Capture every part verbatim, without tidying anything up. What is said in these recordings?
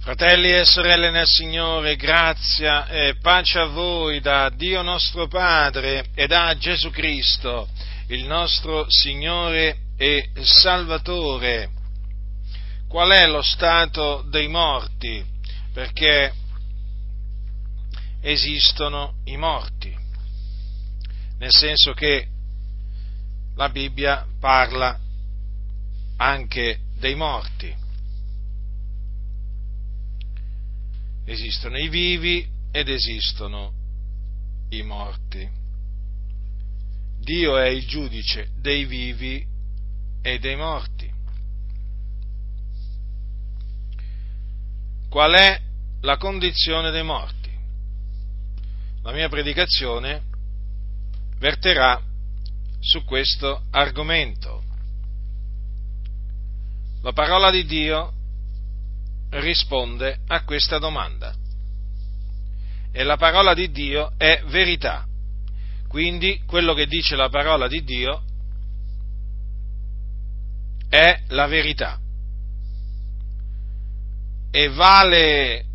Fratelli e sorelle nel Signore, grazia e pace a voi da Dio nostro Padre e da Gesù Cristo, il nostro Signore e Salvatore. Qual è lo stato dei morti? Perché esistono i morti, nel senso che la Bibbia parla anche dei morti. Esistono i vivi ed esistono i morti. Dio è il giudice dei vivi e dei morti. Qual è la condizione dei morti? La mia predicazione verterà su questo argomento. La parola di Dio risponde a questa domanda. E la parola di Dio è verità. Quindi quello che dice la parola di Dio è la verità. E vale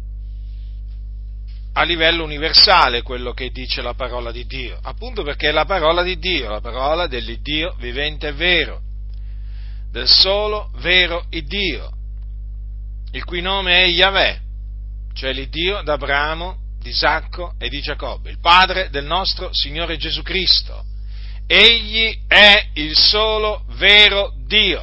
a livello universale quello che dice la parola di Dio, appunto perché è la parola di Dio, la parola dell'Iddio vivente e vero, del solo vero Iddio, il cui nome è Yahweh, cioè l'Iddio d'Abramo, di Isacco e di Giacobbe, il Padre del nostro Signore Gesù Cristo. Egli è il solo vero Dio.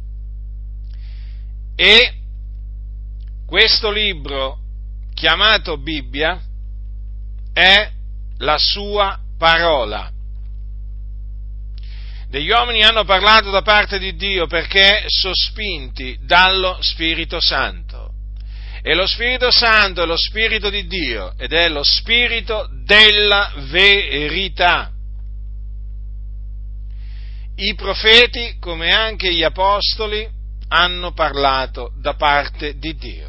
E questo libro, chiamato Bibbia, è la sua parola. Degli uomini hanno parlato da parte di Dio perché sospinti dallo Spirito Santo. E lo Spirito Santo è lo Spirito di Dio ed è lo Spirito della verità. I profeti, come anche gli apostoli, hanno parlato da parte di Dio.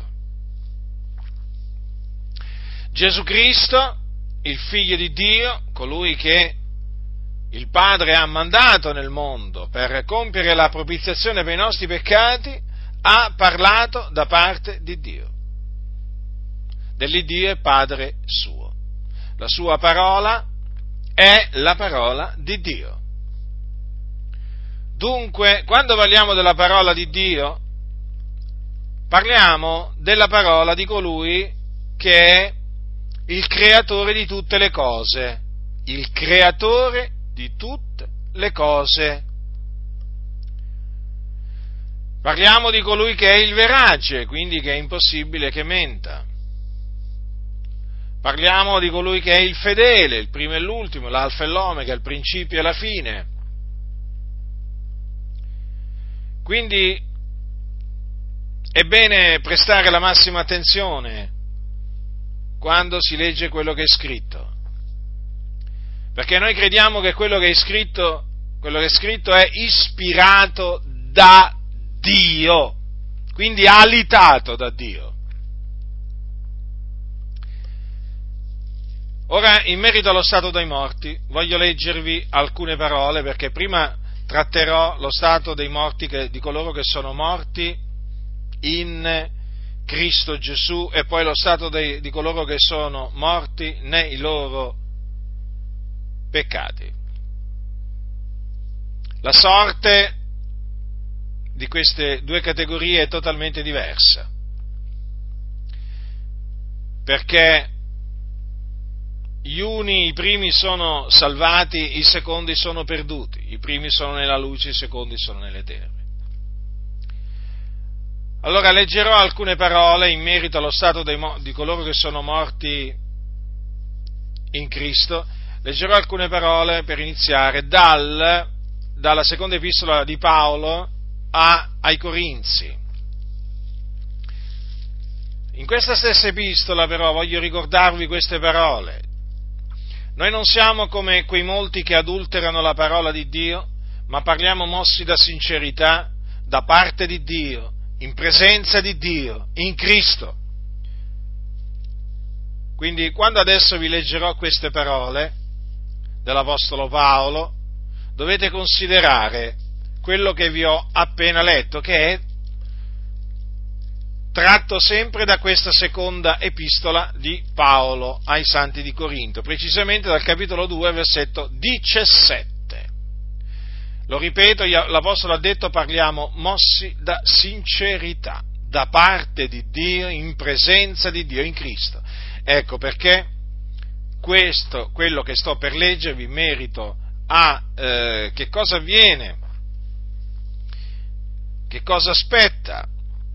Gesù Cristo, il Figlio di Dio, colui che il Padre ha mandato nel mondo per compiere la propiziazione per i nostri peccati, ha parlato da parte di Dio, dell'Iddio e Padre suo. La sua parola è la parola di Dio. Dunque, quando parliamo della parola di Dio, parliamo della parola di colui che è il creatore di tutte le cose, il creatore di tutte le cose. Parliamo di colui che è il verace, quindi che è impossibile che menta. Parliamo di colui che è il fedele, il primo e l'ultimo, l'alfa e l'omega, il principio e la fine. Quindi è bene prestare la massima attenzione quando si legge quello che è scritto, perché noi crediamo che quello che è scritto, quello che è scritto è ispirato da Dio, quindi alitato da Dio. Ora, in merito allo stato dei morti, voglio leggervi alcune parole, perché prima tratterò lo stato dei morti, che, di coloro che sono morti in Cristo Gesù, e poi lo stato dei, di coloro che sono morti nei loro peccati. La sorte di queste due categorie è totalmente diversa, perché gli uni, i primi sono salvati, i secondi sono perduti, i primi sono nella luce, i secondi sono nelle tenebre. Allora leggerò alcune parole in merito allo stato dei, di coloro che sono morti in Cristo. Leggerò alcune parole per iniziare dal, dalla seconda epistola di Paolo a, ai Corinzi. In questa stessa epistola però voglio ricordarvi queste parole. Noi non siamo come quei molti che adulterano la parola di Dio, ma parliamo mossi da sincerità, da parte di Dio, in presenza di Dio, in Cristo. Quindi, quando adesso vi leggerò queste parole dell'Apostolo Paolo, dovete considerare quello che vi ho appena letto, che è tratto sempre da questa seconda epistola di Paolo ai Santi di Corinto, precisamente dal capitolo due, versetto diciassette. Lo ripeto, l'Apostolo ha detto: parliamo mossi da sincerità, da parte di Dio, in presenza di Dio in Cristo. Ecco perché questo, quello che sto per leggervi, in merito a eh, che cosa avviene, che cosa aspetta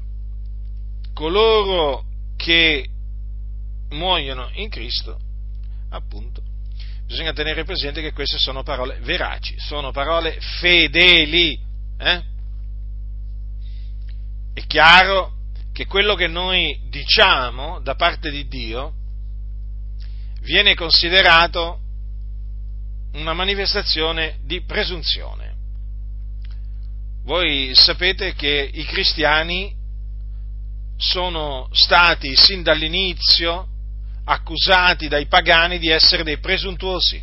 coloro che muoiono in Cristo, appunto, bisogna tenere presente che queste sono parole veraci, sono parole fedeli. Eh? È chiaro che quello che noi diciamo da parte di Dio viene considerato una manifestazione di presunzione. Voi sapete che i cristiani sono stati sin dall'inizio accusati dai pagani di essere dei presuntuosi.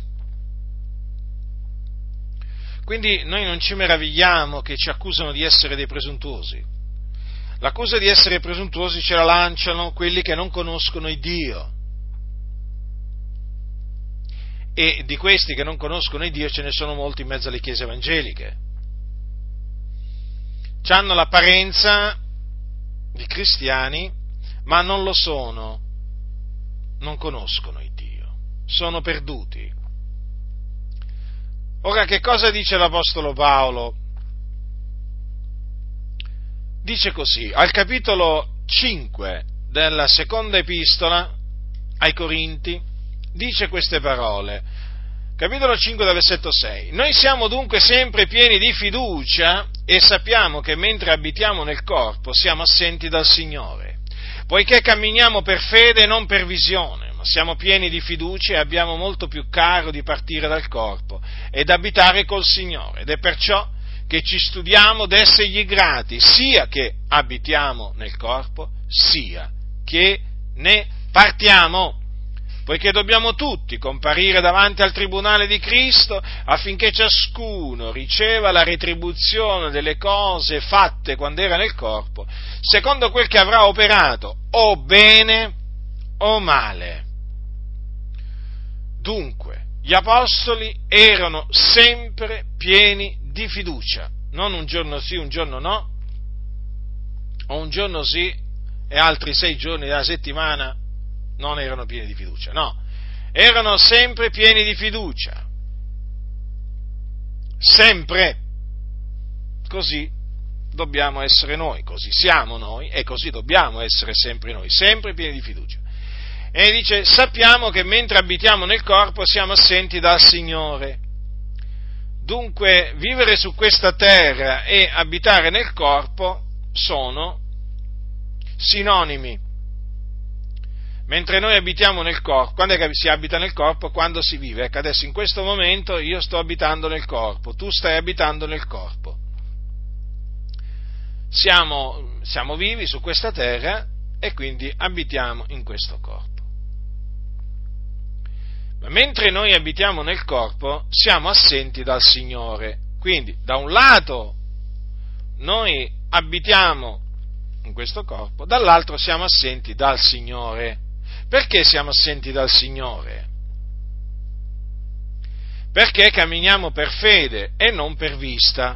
Quindi noi non ci meravigliamo che ci accusano di essere dei presuntuosi. L'accusa di essere presuntuosi ce la lanciano quelli che non conoscono il Dio. E di questi che non conoscono il Dio ce ne sono molti in mezzo alle chiese evangeliche. C'hanno l'apparenza di cristiani, ma non lo sono, non conoscono il Dio, sono perduti. Ora, che cosa dice l'Apostolo Paolo? Dice così, al capitolo cinque della seconda epistola ai Corinti, dice queste parole, capitolo cinque, dal versetto sei: noi siamo dunque sempre pieni di fiducia e sappiamo che mentre abitiamo nel corpo siamo assenti dal Signore, poiché camminiamo per fede e non per visione, ma siamo pieni di fiducia e abbiamo molto più caro di partire dal corpo ed abitare col Signore, ed è perciò che ci studiamo d'essergli grati, sia che abitiamo nel corpo, sia che ne partiamo, poiché dobbiamo tutti comparire davanti al tribunale di Cristo affinché ciascuno riceva la retribuzione delle cose fatte quando era nel corpo, secondo quel che avrà operato, o bene o male. Dunque, gli apostoli erano sempre pieni di fiducia, non un giorno sì, un giorno no, o un giorno sì e altri sei giorni della settimana non erano pieni di fiducia, no, erano sempre pieni di fiducia, sempre. Così dobbiamo essere noi, così siamo noi e così dobbiamo essere sempre noi, sempre pieni di fiducia. E dice, sappiamo che mentre abitiamo nel corpo siamo assenti dal Signore. Dunque, vivere su questa terra e abitare nel corpo sono sinonimi. Mentre noi abitiamo nel corpo, quando è che si abita nel corpo? Quando si vive. Ecco, adesso in questo momento io sto abitando nel corpo, tu stai abitando nel corpo. Siamo, siamo vivi su questa terra e quindi abitiamo in questo corpo. Ma mentre noi abitiamo nel corpo, siamo assenti dal Signore. Quindi, da un lato, noi abitiamo in questo corpo, dall'altro siamo assenti dal Signore. Perché siamo assenti dal Signore? Perché camminiamo per fede e non per vista.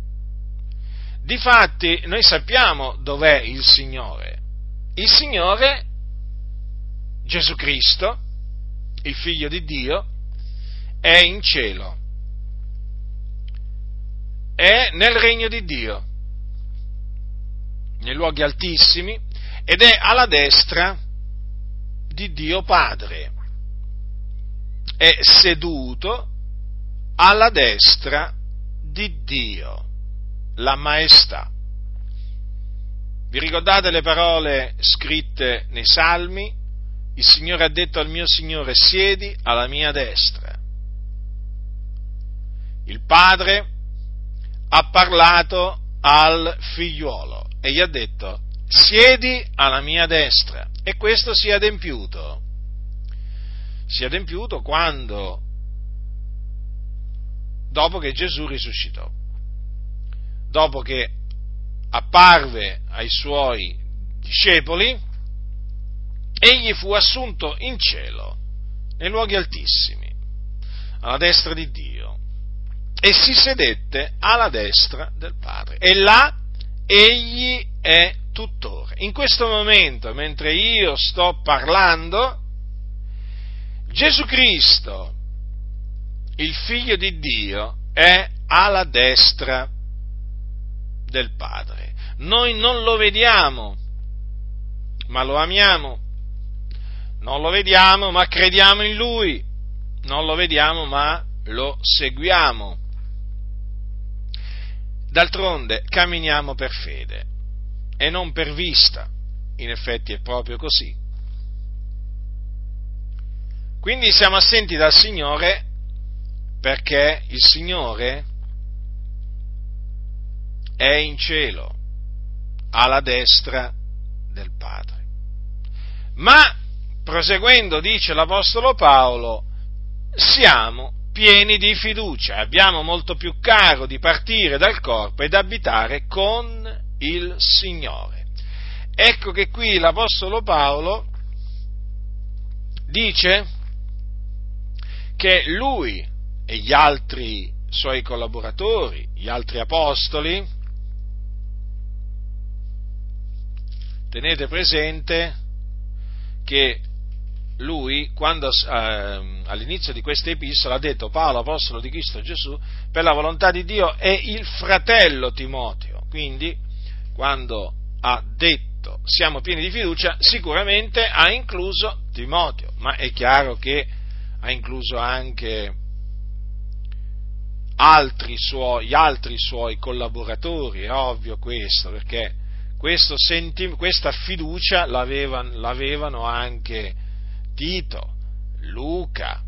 Difatti, noi sappiamo dov'è il Signore. Il Signore, Gesù Cristo, il Figlio di Dio, è in cielo, è nel regno di Dio, nei luoghi altissimi, ed è alla destra di Dio Padre, è seduto alla destra di Dio, la Maestà. Vi ricordate le parole scritte nei Salmi? Il Signore ha detto al mio Signore, siedi alla mia destra. Il Padre ha parlato al figliuolo e gli ha detto, siedi alla mia destra. E questo si è adempiuto. Si è adempiuto quando, dopo che Gesù risuscitò, dopo che apparve ai suoi discepoli, egli fu assunto in cielo, nei luoghi altissimi, alla destra di Dio, e si sedette alla destra del Padre. E là egli è tuttora. In questo momento, mentre io sto parlando, Gesù Cristo, il Figlio di Dio, è alla destra del Padre. Noi non lo vediamo, ma lo amiamo. Non lo vediamo, ma crediamo in Lui. Non lo vediamo, ma lo seguiamo. D'altronde camminiamo per fede e non per vista. In effetti è proprio così. Quindi siamo assenti dal Signore perché il Signore è in cielo, alla destra del Padre. Ma, proseguendo, dice l'Apostolo Paolo, siamo pieni di fiducia, abbiamo molto più caro di partire dal corpo ed abitare con il Signore. Ecco che qui l'Apostolo Paolo dice che lui e gli altri suoi collaboratori, gli altri apostoli, tenete presente che lui, quando eh, all'inizio di questa epistola ha detto Paolo, apostolo di Cristo Gesù, per la volontà di Dio, è il fratello Timoteo. Quindi, quando ha detto siamo pieni di fiducia, sicuramente ha incluso Timoteo, ma è chiaro che ha incluso anche altri suoi, gli altri suoi collaboratori, è ovvio questo, perché questo senti, questa fiducia l'avevano, l'avevano anche Tito, Luca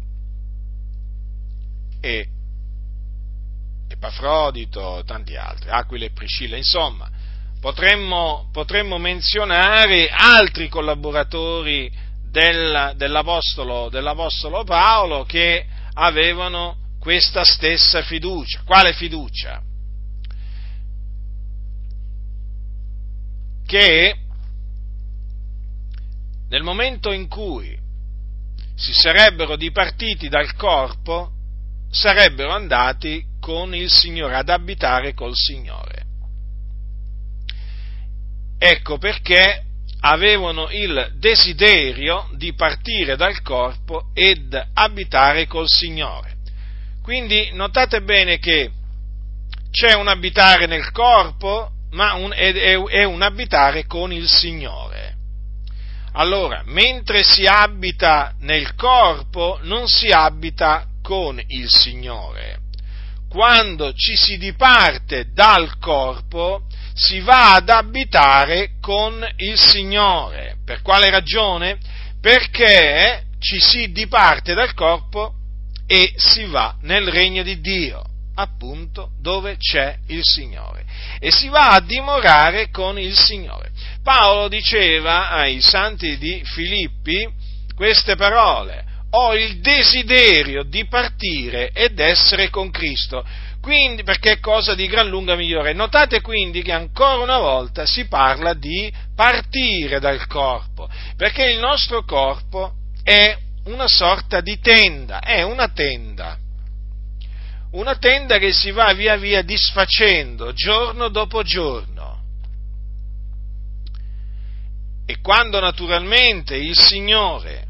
e Epafrodito, tanti altri, Aquila e Priscilla, insomma, potremmo, potremmo menzionare altri collaboratori del, dell'apostolo, dell'apostolo Paolo che avevano questa stessa fiducia. Quale fiducia? Che nel momento in cui si sarebbero dipartiti dal corpo, sarebbero andati con il Signore, ad abitare col Signore. Ecco perché avevano il desiderio di partire dal corpo ed abitare col Signore. Quindi notate bene che c'è un abitare nel corpo, ma un, è, è un abitare con il Signore. Allora, mentre si abita nel corpo, non si abita con il Signore. Quando ci si diparte dal corpo, si va ad abitare con il Signore. Per quale ragione? Perché ci si diparte dal corpo e si va nel regno di Dio, appunto dove c'è il Signore, e si va a dimorare con il Signore. Paolo diceva ai santi di Filippi queste parole: ho il desiderio di partire ed essere con Cristo, quindi perché è cosa di gran lunga migliore. Notate quindi che ancora una volta si parla di partire dal corpo, perché il nostro corpo è una sorta di tenda, è una tenda, una tenda che si va via via disfacendo giorno dopo giorno. E quando naturalmente il Signore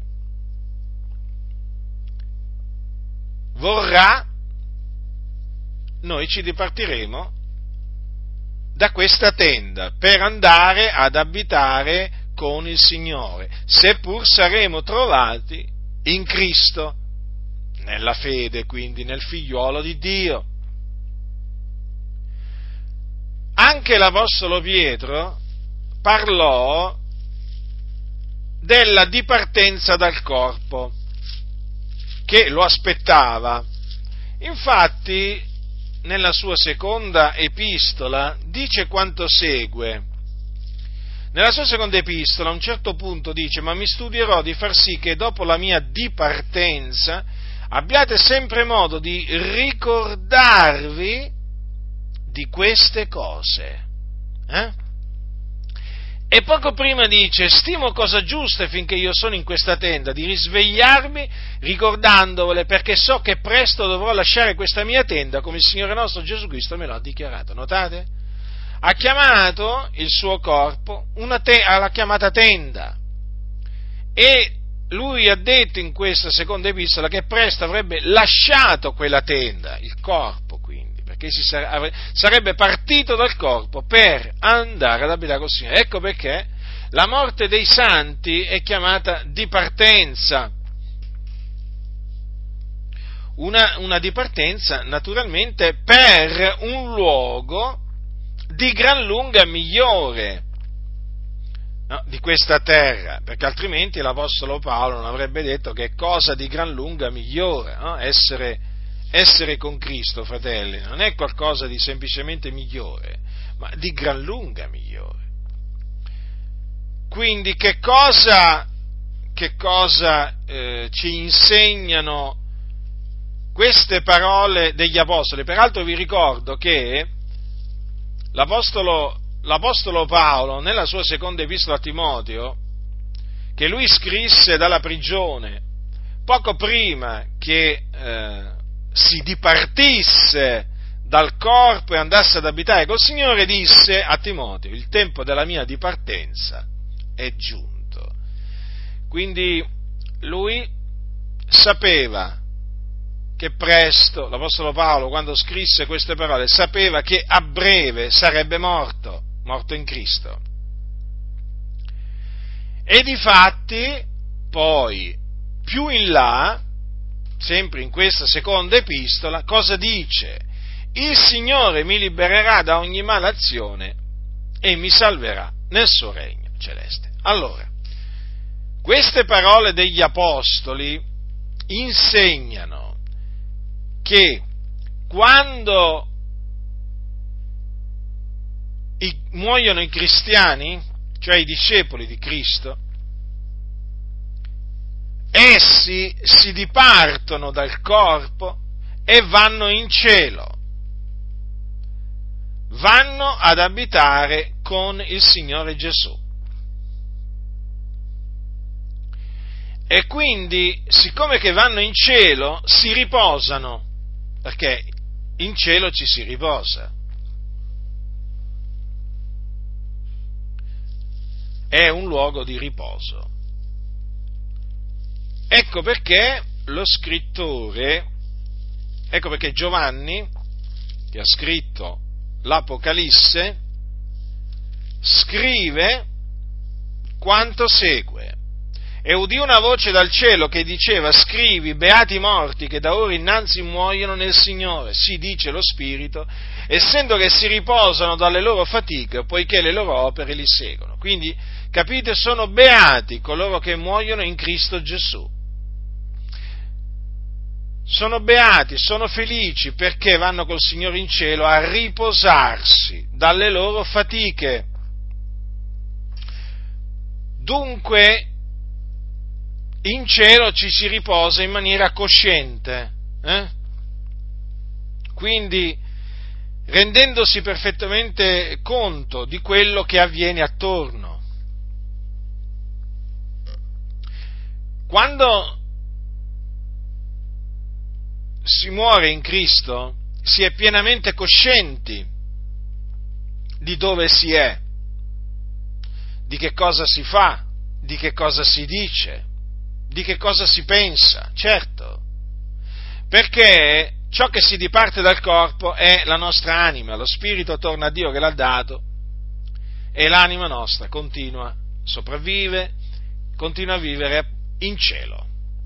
vorrà, noi ci dipartiremo da questa tenda per andare ad abitare con il Signore, seppur saremo trovati in Cristo, nella fede, quindi nel figliuolo di Dio. Anche l'Apostolo Pietro parlò della dipartenza dal corpo che lo aspettava. Infatti, nella sua seconda epistola dice quanto segue. Nella sua seconda epistola a un certo punto dice: ma mi studierò di far sì che dopo la mia dipartenza abbiate sempre modo di ricordarvi di queste cose. Eh? E poco prima dice: stimo cosa giusta finché io sono in questa tenda, di risvegliarmi ricordandovele, perché so che presto dovrò lasciare questa mia tenda, come il Signore nostro Gesù Cristo me lo ha dichiarato. Notate? Ha chiamato il suo corpo, una te- l'ha chiamata tenda, e lui ha detto in questa seconda epistola che presto avrebbe lasciato quella tenda, il corpo quindi, perché si sare- sarebbe partito dal corpo per andare ad abitare col Signore. Ecco perché la morte dei santi è chiamata dipartenza, una, una dipartenza naturalmente per un luogo di gran lunga migliore, no, di questa terra, perché altrimenti l'Apostolo Paolo non avrebbe detto che è cosa di gran lunga migliore, no? essere, essere con Cristo, fratelli, non è qualcosa di semplicemente migliore, ma di gran lunga migliore. Quindi che cosa, che cosa eh, ci insegnano queste parole degli Apostoli? Peraltro vi ricordo che L'Apostolo, l'Apostolo Paolo, nella sua seconda epistola a Timoteo, che lui scrisse dalla prigione, poco prima che eh, si dipartisse dal corpo e andasse ad abitare col Signore, disse a Timoteo: il tempo della mia dipartenza è giunto. Quindi lui sapeva che presto, l'Apostolo Paolo, quando scrisse queste parole, sapeva che a breve sarebbe morto, morto in Cristo. E difatti, poi, più in là, sempre in questa seconda epistola, cosa dice? Il Signore mi libererà da ogni malazione e mi salverà nel suo regno celeste. Allora, queste parole degli Apostoli insegnano che quando i, muoiono i cristiani, cioè i discepoli di Cristo, essi si dipartono dal corpo e vanno in cielo, vanno ad abitare con il Signore Gesù. E quindi, siccome che vanno in cielo, si riposano, perché in cielo ci si riposa. È un luogo di riposo. Ecco perché lo scrittore, ecco perché Giovanni, che ha scritto l'Apocalisse, scrive quanto segue. E udì una voce dal cielo che diceva: scrivi, beati i morti che da ora innanzi muoiono nel Signore, si dice lo Spirito, essendo che si riposano dalle loro fatiche, poiché le loro opere li seguono. Quindi, capite, sono beati coloro che muoiono in Cristo Gesù. Sono beati, sono felici perché vanno col Signore in cielo a riposarsi dalle loro fatiche. Dunque, in cielo ci si riposa in maniera cosciente, eh? Quindi rendendosi perfettamente conto di quello che avviene attorno. Quando si muore in Cristo, si è pienamente coscienti di dove si è, di che cosa si fa, di che cosa si dice, di che cosa si pensa, certo, perché ciò che si diparte dal corpo è la nostra anima, lo spirito torna a Dio che l'ha dato e l'anima nostra continua, sopravvive, continua a vivere in cielo.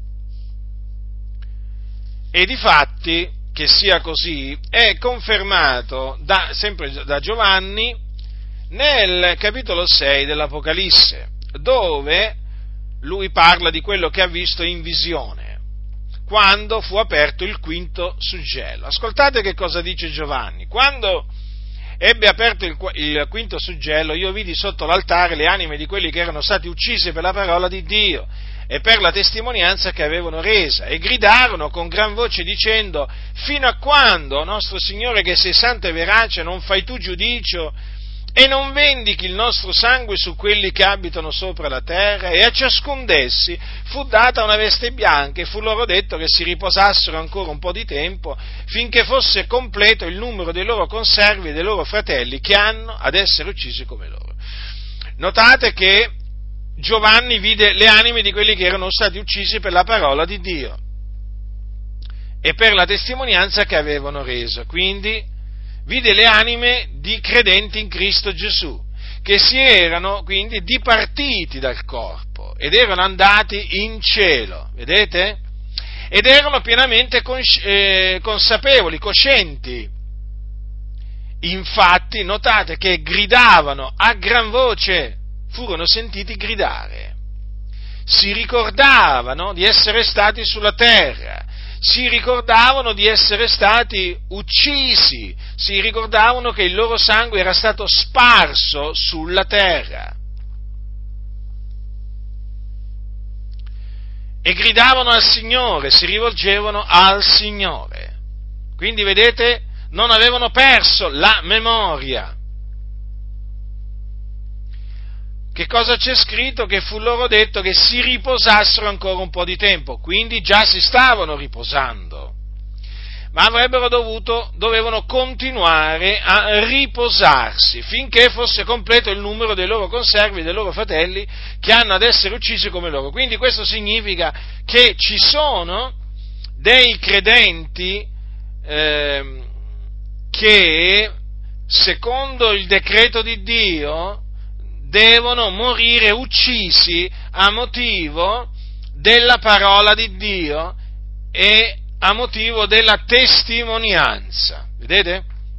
E difatti che sia così è confermato da, sempre da Giovanni nel capitolo sei dell'Apocalisse, dove lui parla di quello che ha visto in visione, quando fu aperto il quinto suggello. Ascoltate che cosa dice Giovanni. Quando ebbe aperto il, il quinto suggello, io vidi sotto l'altare le anime di quelli che erano stati uccisi per la parola di Dio e per la testimonianza che avevano resa, e gridarono con gran voce dicendo: fino a quando, nostro Signore, che sei santo e verace, non fai tu giudicio e non vendichi il nostro sangue su quelli che abitano sopra la terra? E a ciascun d'essi fu data una veste bianca, e fu loro detto che si riposassero ancora un po' di tempo, finché fosse completo il numero dei loro conservi e dei loro fratelli, che hanno ad essere uccisi come loro. Notate che Giovanni vide le anime di quelli che erano stati uccisi per la parola di Dio e per la testimonianza che avevano reso. Quindi vide le anime di credenti in Cristo Gesù, che si erano quindi dipartiti dal corpo ed erano andati in cielo, vedete? Ed erano pienamente consci- eh, consapevoli, coscienti. Infatti, notate che gridavano a gran voce, furono sentiti gridare, si ricordavano di essere stati sulla terra, si ricordavano di essere stati uccisi, si ricordavano che il loro sangue era stato sparso sulla terra. E gridavano al Signore, si rivolgevano al Signore. Quindi, vedete, non avevano perso la memoria. Che cosa c'è scritto? Che fu loro detto che si riposassero ancora un po' di tempo, quindi già si stavano riposando, ma avrebbero dovuto, dovevano continuare a riposarsi finché fosse completo il numero dei loro conservi e dei loro fratelli che hanno ad essere uccisi come loro. Quindi questo significa che ci sono dei credenti eh, che, secondo il decreto di Dio, devono morire uccisi a motivo della parola di Dio e a motivo della testimonianza. Vedete?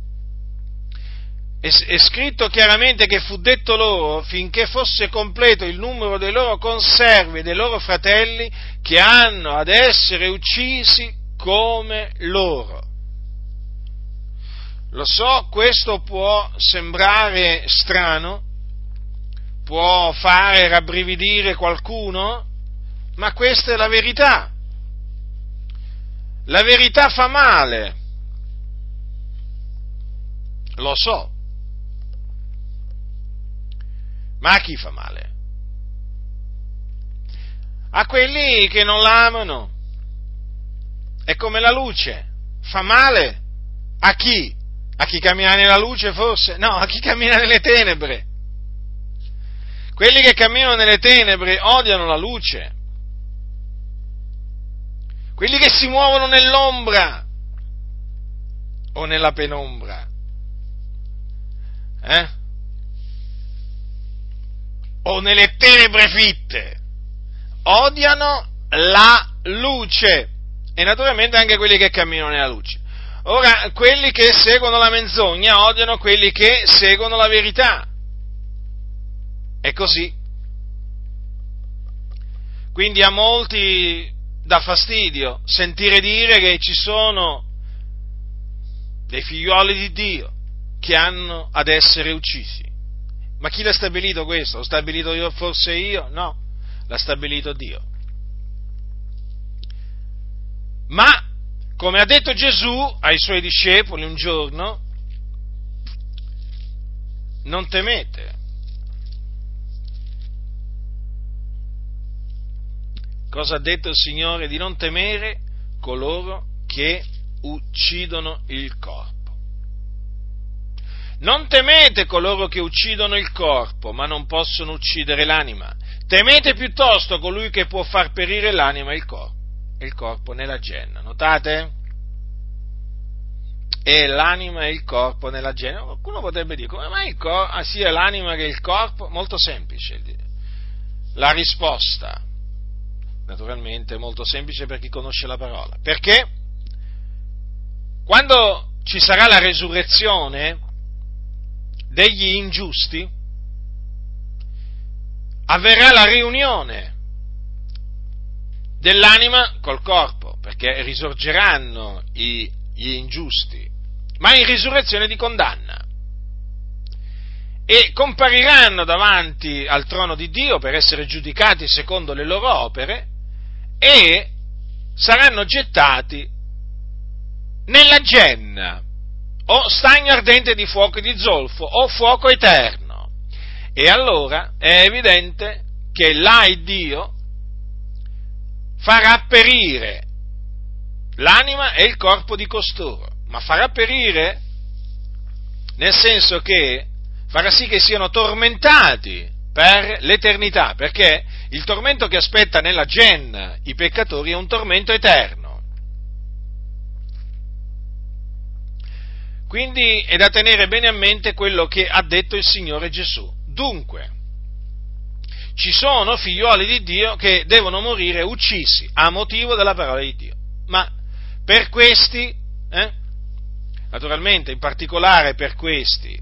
È, è scritto chiaramente che fu detto loro finché fosse completo il numero dei loro conservi e dei loro fratelli che hanno ad essere uccisi come loro. Lo so, questo può sembrare strano, può fare rabbrividire qualcuno, ma questa è la verità. La verità fa male, lo so, ma a chi fa male? A quelli che non l'amano. È come la luce, fa male a chi? A chi cammina nella luce forse? No, a chi cammina nelle tenebre. Quelli che camminano nelle tenebre odiano la luce. Quelli che si muovono nell'ombra o nella penombra, eh? O nelle tenebre fitte, odiano la luce, e naturalmente anche quelli che camminano nella luce. Ora, quelli che seguono la menzogna odiano quelli che seguono la verità. È così. Quindi a molti dà fastidio sentire dire che ci sono dei figliuoli di Dio che hanno ad essere uccisi. Ma chi l'ha stabilito questo? L'ho stabilito io, forse io? No, l'ha stabilito Dio. Ma, come ha detto Gesù ai suoi discepoli un giorno, non temete. Cosa ha detto il Signore? Di non temere coloro che uccidono il corpo. Non temete coloro che uccidono il corpo, ma non possono uccidere l'anima. Temete piuttosto colui che può far perire l'anima e il corpo, il corpo nella genna. Notate? E l'anima e il corpo nella genna. Qualcuno potrebbe dire, come mai il cor- ah, sia l'anima che il corpo? Molto semplice. La risposta, naturalmente, è molto semplice per chi conosce la parola. Perché quando ci sarà la resurrezione degli ingiusti, avverrà la riunione dell'anima col corpo, perché risorgeranno i, gli ingiusti, ma in risurrezione di condanna, e compariranno davanti al trono di Dio per essere giudicati secondo le loro opere e saranno gettati nella genna, o stagno ardente di fuoco e di zolfo, o fuoco eterno. E allora è evidente che là il Dio farà perire l'anima e il corpo di costoro, ma farà perire nel senso che farà sì che siano tormentati per l'eternità, perché il tormento che aspetta nella Genna i peccatori è un tormento eterno. Quindi è da tenere bene a mente quello che ha detto il Signore Gesù. Dunque, ci sono figlioli di Dio che devono morire uccisi a motivo della parola di Dio, ma per questi, eh, naturalmente in particolare per questi,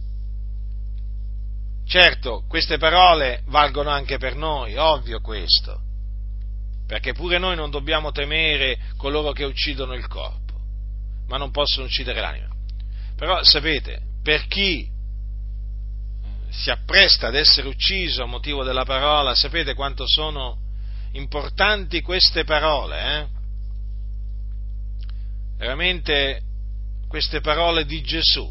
certo, queste parole valgono anche per noi, ovvio questo, perché pure noi non dobbiamo temere coloro che uccidono il corpo, ma non possono uccidere l'anima. Però sapete, per chi si appresta ad essere ucciso a motivo della parola, sapete quanto sono importanti queste parole, eh? Veramente queste parole di Gesù.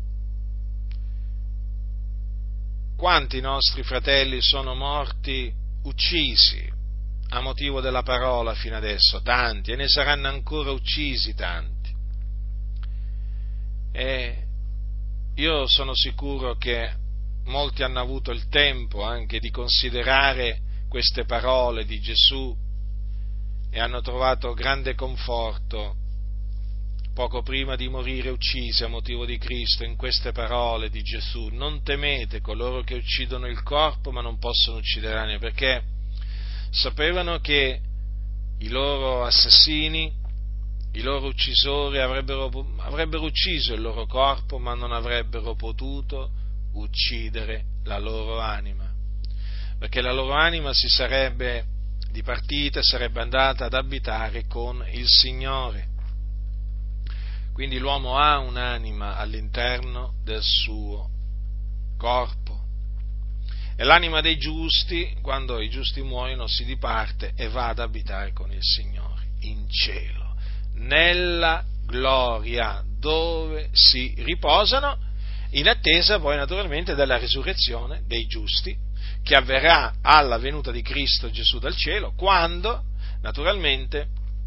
Quanti nostri fratelli sono morti, uccisi a motivo della parola fino adesso? Tanti, e ne saranno ancora uccisi tanti. E io sono sicuro che molti hanno avuto il tempo anche di considerare queste parole di Gesù e hanno trovato grande conforto poco prima di morire uccisi a motivo di Cristo in queste parole di Gesù: non temete coloro che uccidono il corpo ma non possono uccidere l'anima, perché sapevano che i loro assassini, i loro uccisori avrebbero, avrebbero ucciso il loro corpo ma non avrebbero potuto uccidere la loro anima, perché la loro anima si sarebbe dipartita e sarebbe andata ad abitare con il Signore. Quindi l'uomo ha un'anima all'interno del suo corpo, e l'anima dei giusti, quando i giusti muoiono, si diparte e va ad abitare con il Signore in cielo, nella gloria, dove si riposano in attesa poi naturalmente della risurrezione dei giusti, che avverrà alla venuta di Cristo Gesù dal cielo, quando naturalmente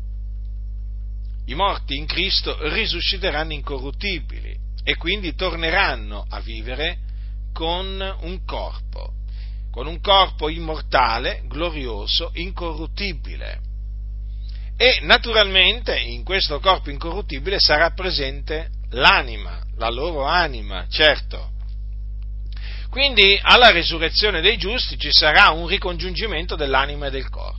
i morti in Cristo risusciteranno incorruttibili e quindi torneranno a vivere con un corpo, con un corpo immortale, glorioso, incorruttibile. E naturalmente in questo corpo incorruttibile sarà presente l'anima, la loro anima, certo. Quindi alla risurrezione dei giusti ci sarà un ricongiungimento dell'anima e del corpo,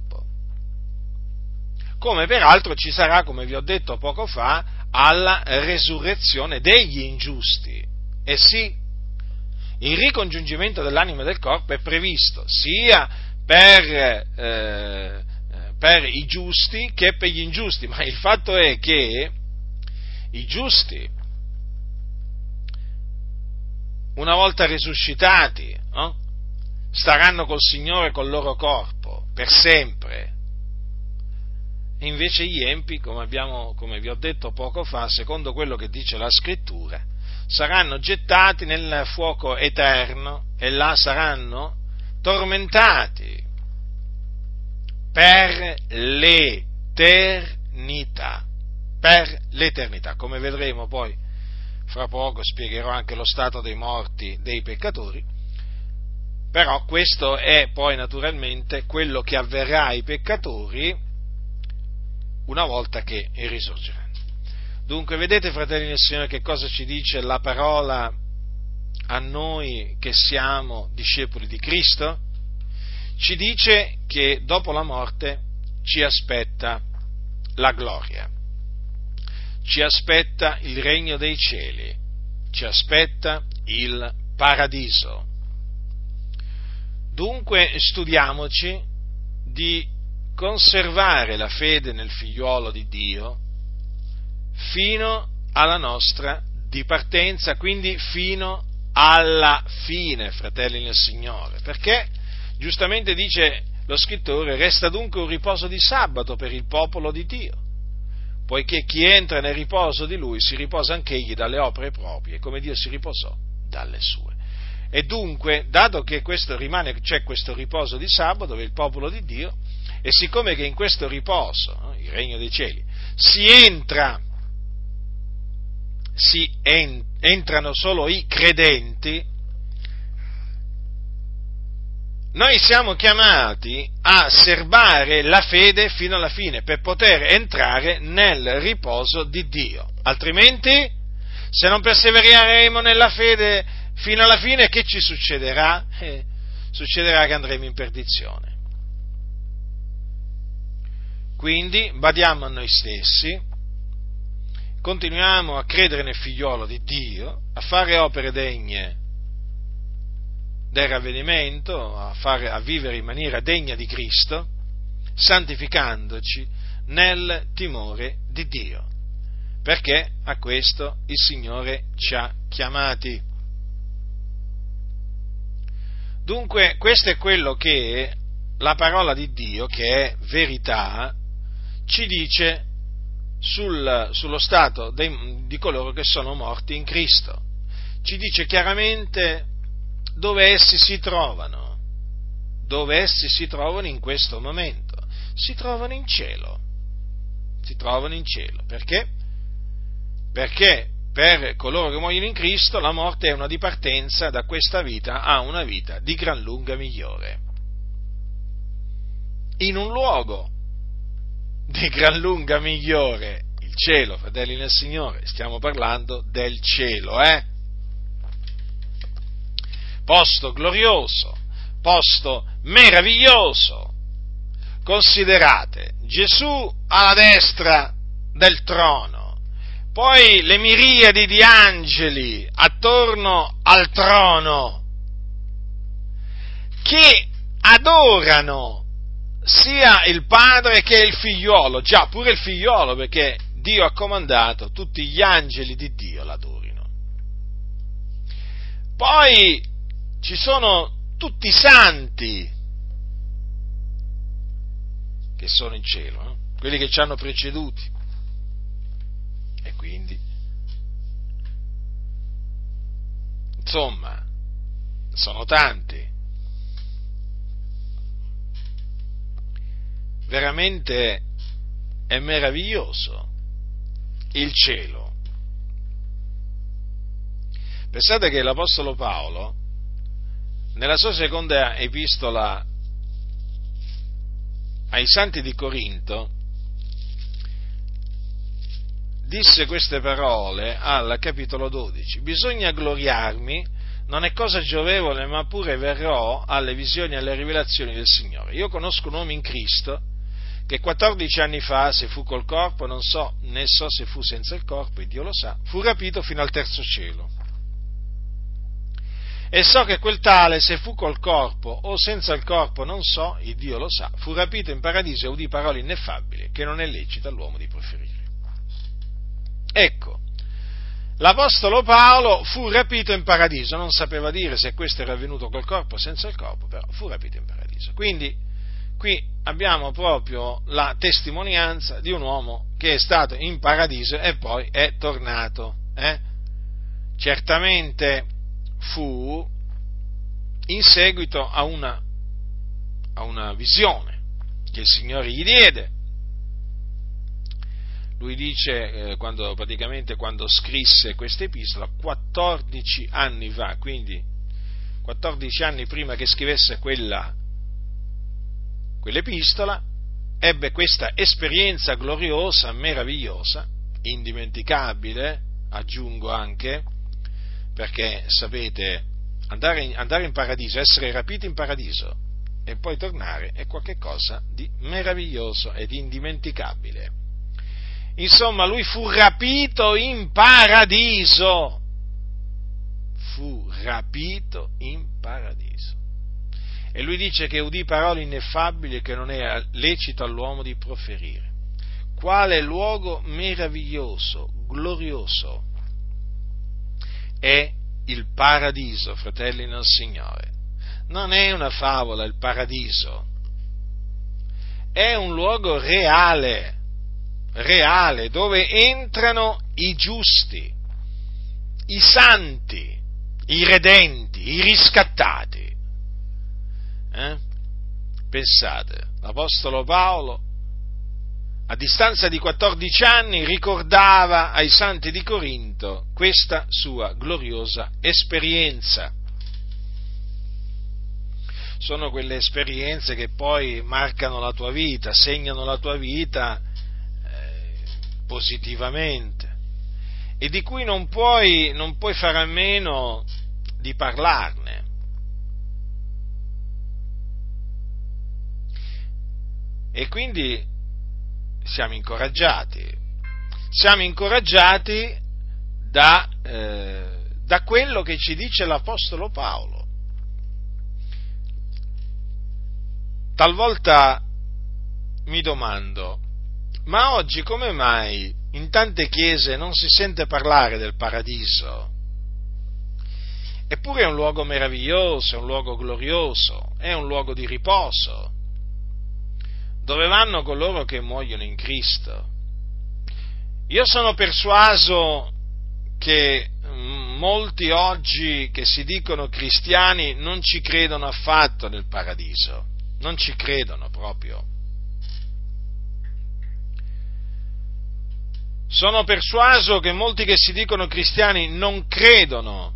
come peraltro ci sarà, come vi ho detto poco fa, alla resurrezione degli ingiusti. E sì, il ricongiungimento dell'anima e del corpo è previsto sia per, eh, per i giusti che per gli ingiusti, ma il fatto è che i giusti, una volta risuscitati, no? staranno col Signore col loro corpo per sempre. E invece gli empi, come, abbiamo, come vi ho detto poco fa, secondo quello che dice la Scrittura, saranno gettati nel fuoco eterno e là saranno tormentati per l'eternità. Per l'eternità. Come vedremo poi, fra poco spiegherò anche lo stato dei morti dei peccatori, però questo è poi naturalmente quello che avverrà ai peccatori una volta che risorgeranno. Dunque, vedete, fratelli del Signore, che cosa ci dice la parola a noi che siamo discepoli di Cristo? Ci dice che dopo la morte ci aspetta la gloria, ci aspetta il regno dei cieli, ci aspetta il paradiso. Dunque studiamoci di conservare la fede nel figliuolo di Dio fino alla nostra dipartenza, quindi fino alla fine, fratelli nel Signore, perché giustamente dice lo scrittore: resta dunque un riposo di sabato per il popolo di Dio. poiché chi entra nel riposo di Lui si riposa anch'egli dalle opere proprie, come Dio si riposò dalle sue. E dunque, dato che questo rimane, c'è questo riposo di sabato dove il popolo di Dio, e siccome che in questo riposo, no, il regno dei cieli, si entra, si en, entrano solo i credenti, noi siamo chiamati a serbare la fede fino alla fine per poter entrare nel riposo di Dio. Altrimenti, se non persevereremo nella fede fino alla fine, che ci succederà? Eh, succederà che andremo in perdizione. Quindi badiamo a noi stessi, continuiamo a credere nel figliolo di Dio, a fare opere degne del ravvedimento, a, fare, a vivere in maniera degna di Cristo, santificandoci nel timore di Dio, perché a questo il Signore ci ha chiamati. Dunque, questo è quello che la parola di Dio, che è verità, ci dice sul, sullo stato dei, di coloro che sono morti in Cristo. Ci dice chiaramente dove essi si trovano, dove essi si trovano in questo momento. Si trovano in cielo, si trovano in cielo. Perché? Perché per coloro che muoiono in Cristo la morte è una dipartenza da questa vita a una vita di gran lunga migliore. In un luogo di gran lunga migliore, il cielo, fratelli nel Signore, stiamo parlando del cielo, eh? Posto glorioso, posto meraviglioso. Considerate Gesù alla destra del trono, poi le miriadi di angeli attorno al trono che adorano sia il Padre che il Figliolo, già pure il Figliolo, perché Dio ha comandato tutti gli angeli di Dio l'adorino. Poi ci sono tutti i santi che sono in cielo, no? Quelli che ci hanno preceduti. E quindi, insomma, sono tanti. Veramente è meraviglioso il cielo. Pensate che l'Apostolo Paolo, nella sua seconda epistola ai Santi di Corinto, disse queste parole al capitolo dodici: bisogna gloriarmi, non è cosa giovevole, ma pure verrò alle visioni e alle rivelazioni del Signore. Io conosco un uomo in Cristo che quattordici anni fa, se fu col corpo, non so, né so se fu senza il corpo, e Dio lo sa, fu rapito fino al terzo cielo. E so che quel tale, se fu col corpo o senza il corpo, non so, il Dio lo sa, fu rapito in paradiso e udì parole ineffabili che non è lecito all'uomo di proferire. Ecco, l'Apostolo Paolo fu rapito in paradiso, non sapeva dire se questo era avvenuto col corpo o senza il corpo, però fu rapito in paradiso. Quindi qui abbiamo proprio la testimonianza di un uomo che è stato in paradiso e poi è tornato. Eh? Certamente fu in seguito a una, a una visione che il Signore gli diede. Lui dice, eh, quando, praticamente quando scrisse questa epistola, quattordici anni fa, quindi quattordici anni prima che scrivesse quella, quell'epistola, ebbe questa esperienza gloriosa, meravigliosa, indimenticabile, aggiungo anche, perché sapete, andare in, andare in paradiso, essere rapiti in paradiso e poi tornare è qualcosa di meraviglioso e di indimenticabile. Insomma, lui fu rapito in paradiso, fu rapito in paradiso. E lui dice che udì parole ineffabili che non è lecito all'uomo di proferire. Quale luogo meraviglioso, glorioso è il paradiso, fratelli nel Signore. Non è una favola il paradiso, è un luogo reale. reale, dove entrano i giusti, i santi, i redenti, i riscattati. Eh? Pensate, l'Apostolo Paolo, a distanza di quattordici anni, ricordava ai santi di Corinto questa sua gloriosa esperienza. Sono quelle esperienze che poi marcano la tua vita, segnano la tua vita eh, positivamente, e di cui non puoi, non puoi fare a meno di parlarne. E quindi siamo incoraggiati, siamo incoraggiati da, eh, da quello che ci dice l'Apostolo Paolo. Talvolta mi domando, ma oggi come mai in tante chiese non si sente parlare del paradiso? Eppure è un luogo meraviglioso, è un luogo glorioso, è un luogo di riposo, dove vanno coloro che muoiono in Cristo. Io sono persuaso che molti oggi che si dicono cristiani non ci credono affatto nel paradiso, non ci credono proprio. Sono persuaso che molti che si dicono cristiani non credono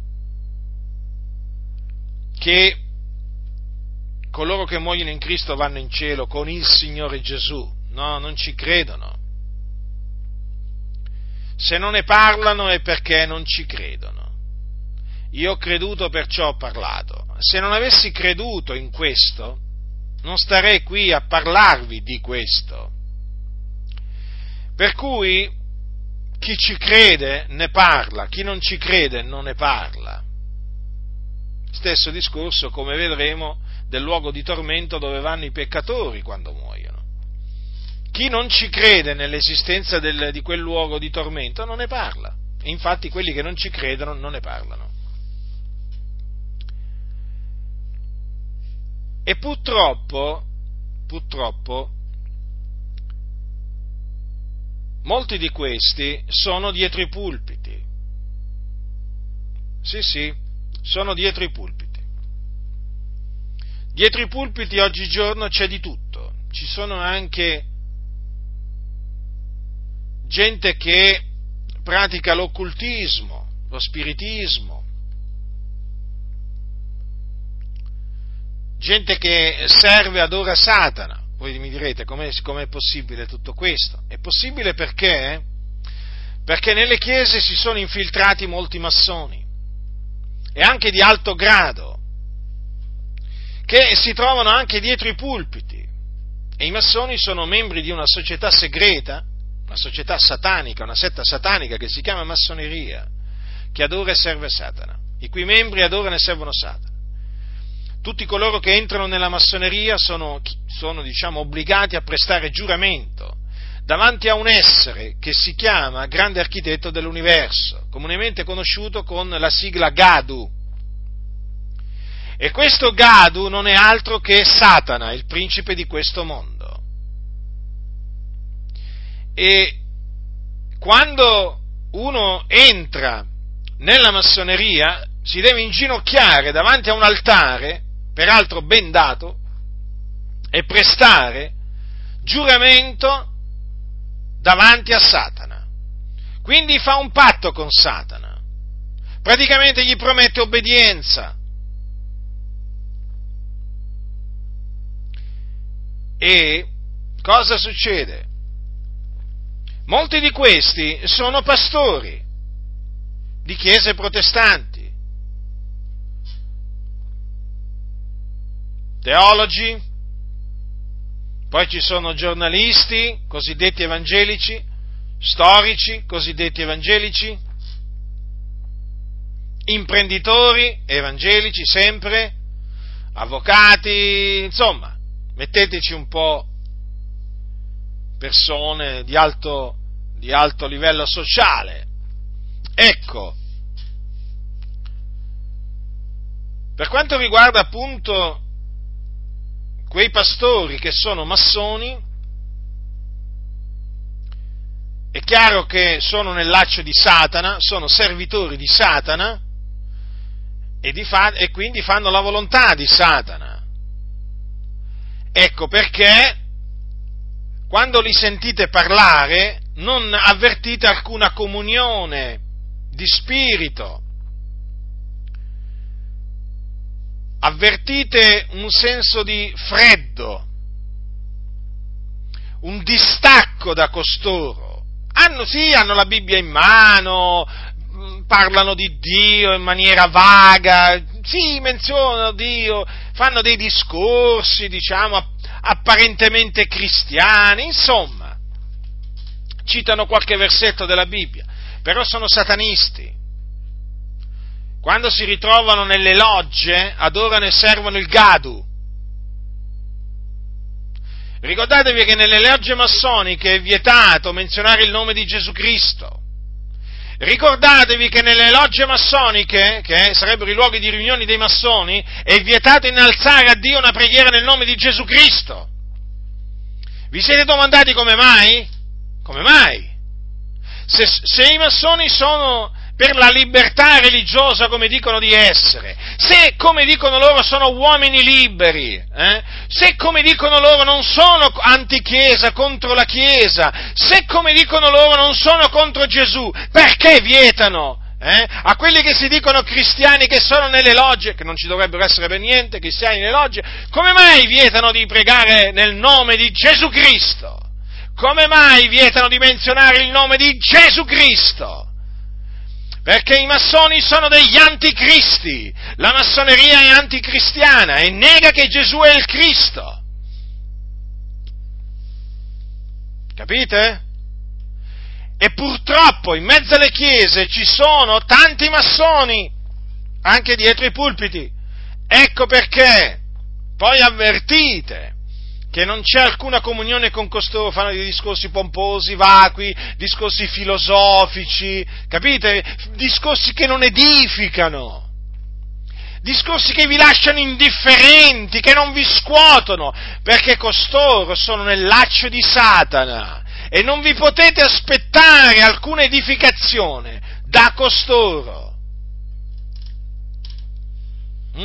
che coloro che muoiono in Cristo vanno in cielo con il Signore Gesù. No, non ci credono. Se non ne parlano è perché non ci credono. Io ho creduto, perciò ho parlato. Se non avessi creduto in questo, non starei qui a parlarvi di questo. Per cui chi ci crede ne parla, chi non ci crede non ne parla. Stesso discorso, come vedremo, del luogo di tormento dove vanno i peccatori quando muoiono. Chi non ci crede nell'esistenza del, di quel luogo di tormento non ne parla. Infatti quelli che non ci credono non ne parlano. E purtroppo, purtroppo, molti di questi sono dietro i pulpiti. Sì, sì, sono dietro i pulpiti. Dietro i pulpiti oggigiorno c'è di tutto. Ci sono anche gente che pratica l'occultismo, lo spiritismo, gente che serve e adora Satana. Voi mi direte, com'è, com'è possibile tutto questo? È possibile perché? Perché nelle chiese si sono infiltrati molti massoni, e anche di alto grado, che si trovano anche dietro i pulpiti, e i massoni sono membri di una società segreta, una società satanica, una setta satanica che si chiama massoneria, che adora e serve Satana, i cui membri adorano e servono Satana. Tutti coloro che entrano nella massoneria sono, sono diciamo, obbligati a prestare giuramento davanti a un essere che si chiama Grande Architetto dell'Universo, comunemente conosciuto con la sigla Gadu. E questo Gadu non è altro che Satana, il principe di questo mondo. E quando uno entra nella massoneria si deve inginocchiare davanti a un altare, peraltro ben dato, e prestare giuramento davanti a Satana. Quindi fa un patto con Satana, praticamente gli promette obbedienza. E cosa succede? Molti di questi sono pastori di chiese protestanti, teologi, poi ci sono giornalisti, cosiddetti evangelici, storici, cosiddetti evangelici, imprenditori, evangelici sempre, avvocati, insomma, metteteci un po' persone di alto, di alto livello sociale. Ecco, per quanto riguarda appunto quei pastori che sono massoni, è chiaro che sono nel laccio di Satana, sono servitori di Satana e, di fa- e quindi fanno la volontà di Satana. Ecco perché quando li sentite parlare non avvertite alcuna comunione di spirito, avvertite un senso di freddo, un distacco da costoro. Hanno, sì, hanno la Bibbia in mano, parlano di Dio in maniera vaga, sì, menzionano Dio, fanno dei discorsi, diciamo, apparentemente cristiani, insomma, citano qualche versetto della Bibbia, però sono satanisti. Quando si ritrovano nelle logge, adorano e servono il Gadu. Ricordatevi che nelle logge massoniche è vietato menzionare il nome di Gesù Cristo. Ricordatevi che nelle logge massoniche, che sarebbero i luoghi di riunioni dei massoni, è vietato innalzare a Dio una preghiera nel nome di Gesù Cristo. Vi siete domandati come mai? Come mai? Se, se i massoni sono per la libertà religiosa come dicono di essere, se come dicono loro sono uomini liberi, eh? se come dicono loro non sono antichiesa contro la Chiesa, se come dicono loro non sono contro Gesù, perché vietano eh? a quelli che si dicono cristiani che sono nelle logge, che non ci dovrebbero essere per niente, cristiani nelle logge, come mai vietano di pregare nel nome di Gesù Cristo? Come mai vietano di menzionare il nome di Gesù Cristo? Perché i massoni sono degli anticristi, la massoneria è anticristiana e nega che Gesù è il Cristo. Capite? E purtroppo in mezzo alle chiese ci sono tanti massoni, anche dietro i pulpiti. Ecco perché, poi avvertite che non c'è alcuna comunione con costoro, fanno dei discorsi pomposi, vacui, discorsi filosofici, capite? Discorsi che non edificano, discorsi che vi lasciano indifferenti, che non vi scuotono, perché costoro sono nel laccio di Satana e non vi potete aspettare alcuna edificazione da costoro. Mm?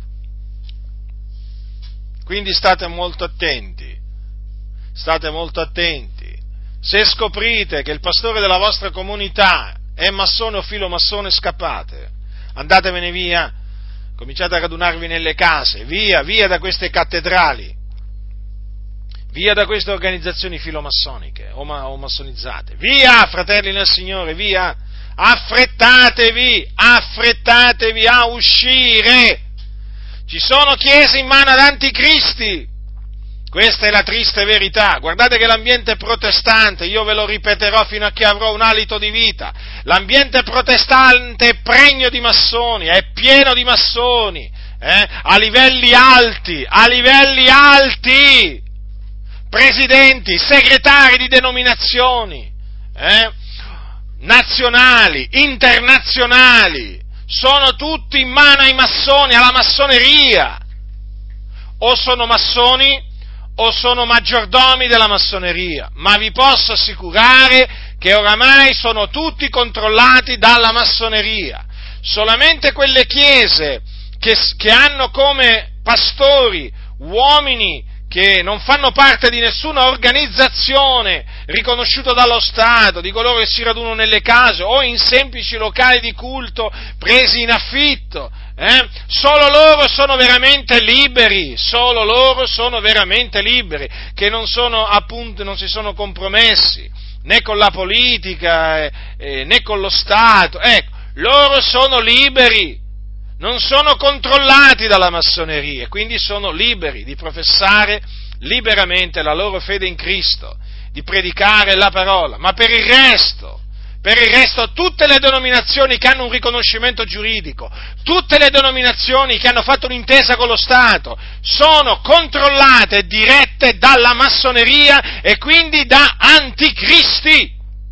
Quindi state molto attenti, state molto attenti. Se scoprite che il pastore della vostra comunità è massone o filomassone, scappate, andatevene via, cominciate a radunarvi nelle case, via, via da queste cattedrali, via da queste organizzazioni filomassoniche o, ma, o massonizzate, via, fratelli nel Signore, via, affrettatevi, affrettatevi a uscire. Ci sono chiese in mano ad anticristi, questa è la triste verità. Guardate che l'ambiente protestante, io ve lo ripeterò fino a che avrò un alito di vita, l'ambiente protestante è pregno di massoni, è pieno di massoni, eh, a livelli alti, a livelli alti, presidenti, segretari di denominazioni, eh, nazionali, internazionali, sono tutti in mano ai massoni, alla massoneria, o sono massoni o sono maggiordomi della massoneria, ma vi posso assicurare che oramai sono tutti controllati dalla massoneria. Solamente quelle chiese che, che hanno come pastori uomini che non fanno parte di nessuna organizzazione riconosciuta dallo Stato, di coloro che si radunano nelle case o in semplici locali di culto presi in affitto, eh? Solo loro sono veramente liberi, solo loro sono veramente liberi, che non sono appunto, non si sono compromessi né con la politica eh, eh, né con lo Stato, ecco, loro sono liberi, non sono controllati dalla massoneria, quindi sono liberi di professare liberamente la loro fede in Cristo, di predicare la parola, ma per il resto, per il resto tutte le denominazioni che hanno un riconoscimento giuridico, tutte le denominazioni che hanno fatto un'intesa con lo Stato, sono controllate e dirette dalla massoneria e quindi da anticristi.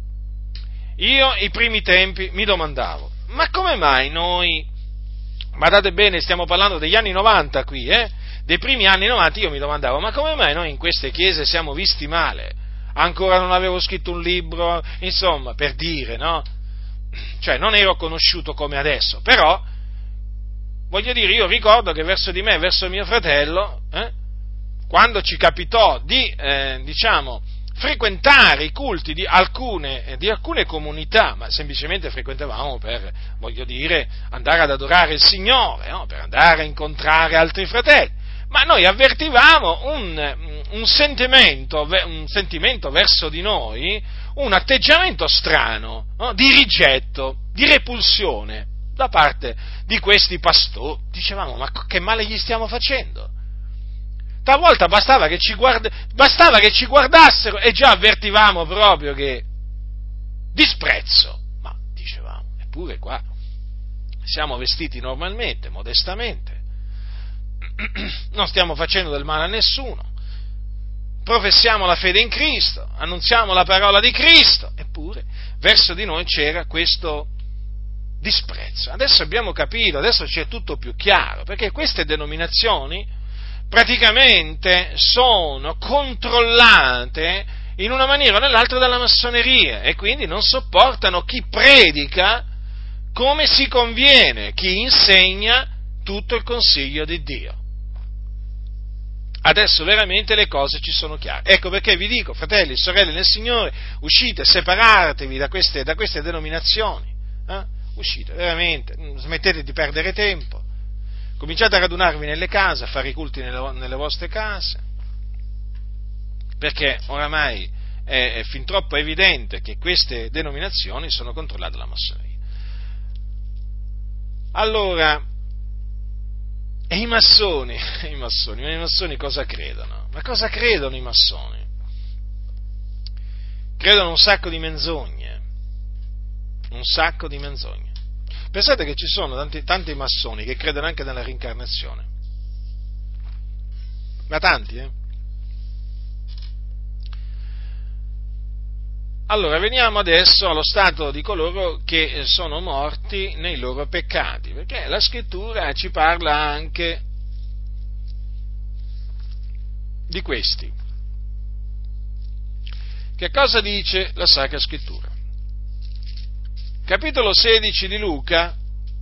Io, i primi tempi, mi domandavo, ma come mai noi, guardate bene, stiamo parlando degli anni novanta qui, eh? Dei primi anni novanta, io mi domandavo, ma come mai noi in queste chiese siamo visti male? ancora non avevo scritto un libro, insomma, per dire, no? Cioè, non ero conosciuto come adesso, però, voglio dire, io ricordo che verso di me, verso mio fratello, eh, quando ci capitò di, eh, diciamo, frequentare i culti di alcune, di alcune comunità, ma semplicemente frequentavamo per, voglio dire, andare ad adorare il Signore, no? Per andare a incontrare altri fratelli, ma noi avvertivamo un, un sentimento, un sentimento verso di noi, un atteggiamento strano, no? Di rigetto, di repulsione da parte di questi pastori. Dicevamo, ma che male gli stiamo facendo? Talvolta bastava che ci guarda, bastava che ci guardassero e già avvertivamo proprio che disprezzo. Ma dicevamo, eppure qua siamo vestiti normalmente, modestamente, non stiamo facendo del male a nessuno, professiamo la fede in Cristo, annunziamo la parola di Cristo, eppure verso di noi c'era questo disprezzo. Adesso abbiamo capito, adesso c'è tutto più chiaro, perché queste denominazioni praticamente sono controllate in una maniera o nell'altra dalla massoneria e quindi non sopportano chi predica come si conviene, chi insegna tutto il consiglio di Dio. Adesso veramente le cose ci sono chiare. Ecco perché vi dico, fratelli e sorelle nel Signore, uscite, separatevi da queste, da queste denominazioni, eh? Uscite, veramente, smettete di perdere tempo. Cominciate a radunarvi nelle case, a fare i culti nelle, nelle vostre case, perché oramai è, è fin troppo evidente che queste denominazioni sono controllate dalla massoneria. Allora, e i massoni, i massoni, ma i massoni cosa credono? Ma cosa credono i massoni? Credono un sacco di menzogne, un sacco di menzogne. Pensate che ci sono tanti, tanti massoni che credono anche nella reincarnazione. Ma tanti, eh? Allora, veniamo adesso allo stato di coloro che sono morti nei loro peccati, perché la Scrittura ci parla anche di questi. Che cosa dice la Sacra Scrittura? Capitolo sedici di Luca,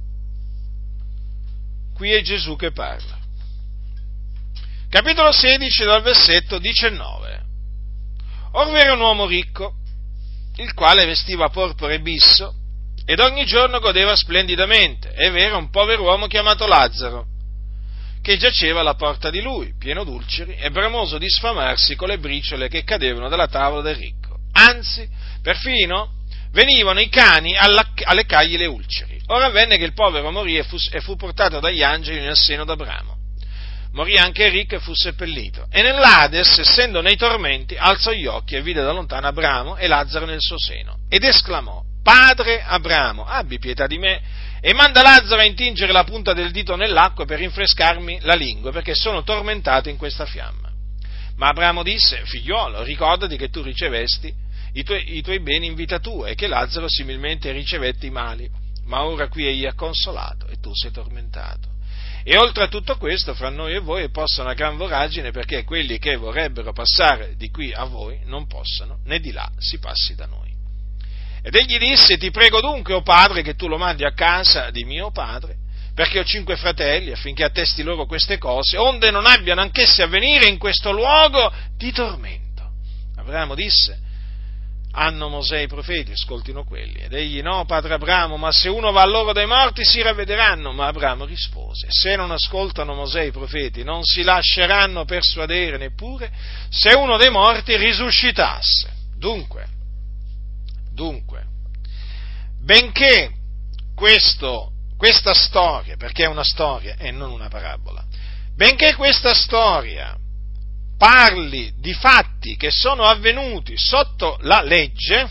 qui è Gesù che parla. Capitolo sedici dal versetto diciannove. Or v'era un uomo ricco, il quale vestiva porpora e bisso, ed ogni giorno godeva splendidamente, e v'era un povero uomo chiamato Lazzaro, che giaceva alla porta di lui, pieno d'ulceri, e bramoso di sfamarsi con le briciole che cadevano dalla tavola del ricco. Anzi, perfino venivano i cani alla, a leccargli le ulceri. Ora avvenne che il povero morì e fu, e fu portato dagli angeli nel seno d'Abramo. Morì anche il ricco e fu seppellito. E nell'Ades, essendo nei tormenti, alzò gli occhi e vide da lontano Abramo e Lazzaro nel suo seno. Ed esclamò: Padre Abramo, abbi pietà di me e manda Lazzaro a intingere la punta del dito nell'acqua per rinfrescarmi la lingua, perché sono tormentato in questa fiamma. Ma Abramo disse: Figliuolo, ricordati che tu ricevesti I tuoi, i tuoi beni in vita tua, e che Lazzaro similmente ricevette i mali, ma ora qui egli è consolato e tu sei tormentato. E oltre a tutto questo, fra noi e voi è posta una gran voragine, perché quelli che vorrebbero passare di qui a voi non possano, né di là si passi da noi. Ed egli disse: Ti prego dunque, o padre, che tu lo mandi a casa di mio padre, perché ho cinque fratelli, affinché attesti loro queste cose, onde non abbiano anch'essi a venire in questo luogo di tormento. Abramo disse: Hanno Mosè e i profeti, ascoltino quelli. Ed egli: No, padre Abramo, ma se uno va a loro dai morti si ravvederanno. Ma Abramo rispose: Se non ascoltano Mosè e i profeti, non si lasceranno persuadere, neppure se uno dei morti risuscitasse. Dunque, dunque, benché questo, questa storia, perché è una storia e non una parabola, benché questa storia parli di fatti che sono avvenuti sotto la legge,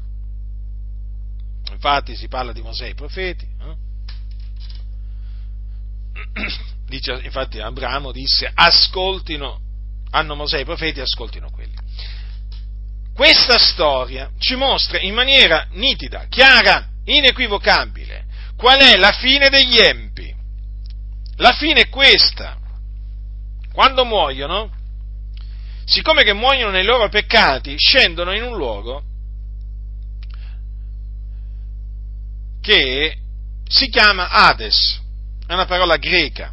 infatti si parla di Mosè e i profeti, eh? Dice, infatti Abramo disse: ascoltino, hanno Mosè e i profeti, ascoltino quelli. Questa storia ci mostra in maniera nitida, chiara, inequivocabile qual è la fine degli empi. La fine è questa: quando muoiono siccome che muoiono nei loro peccati, scendono in un luogo che si chiama Hades, è una parola greca,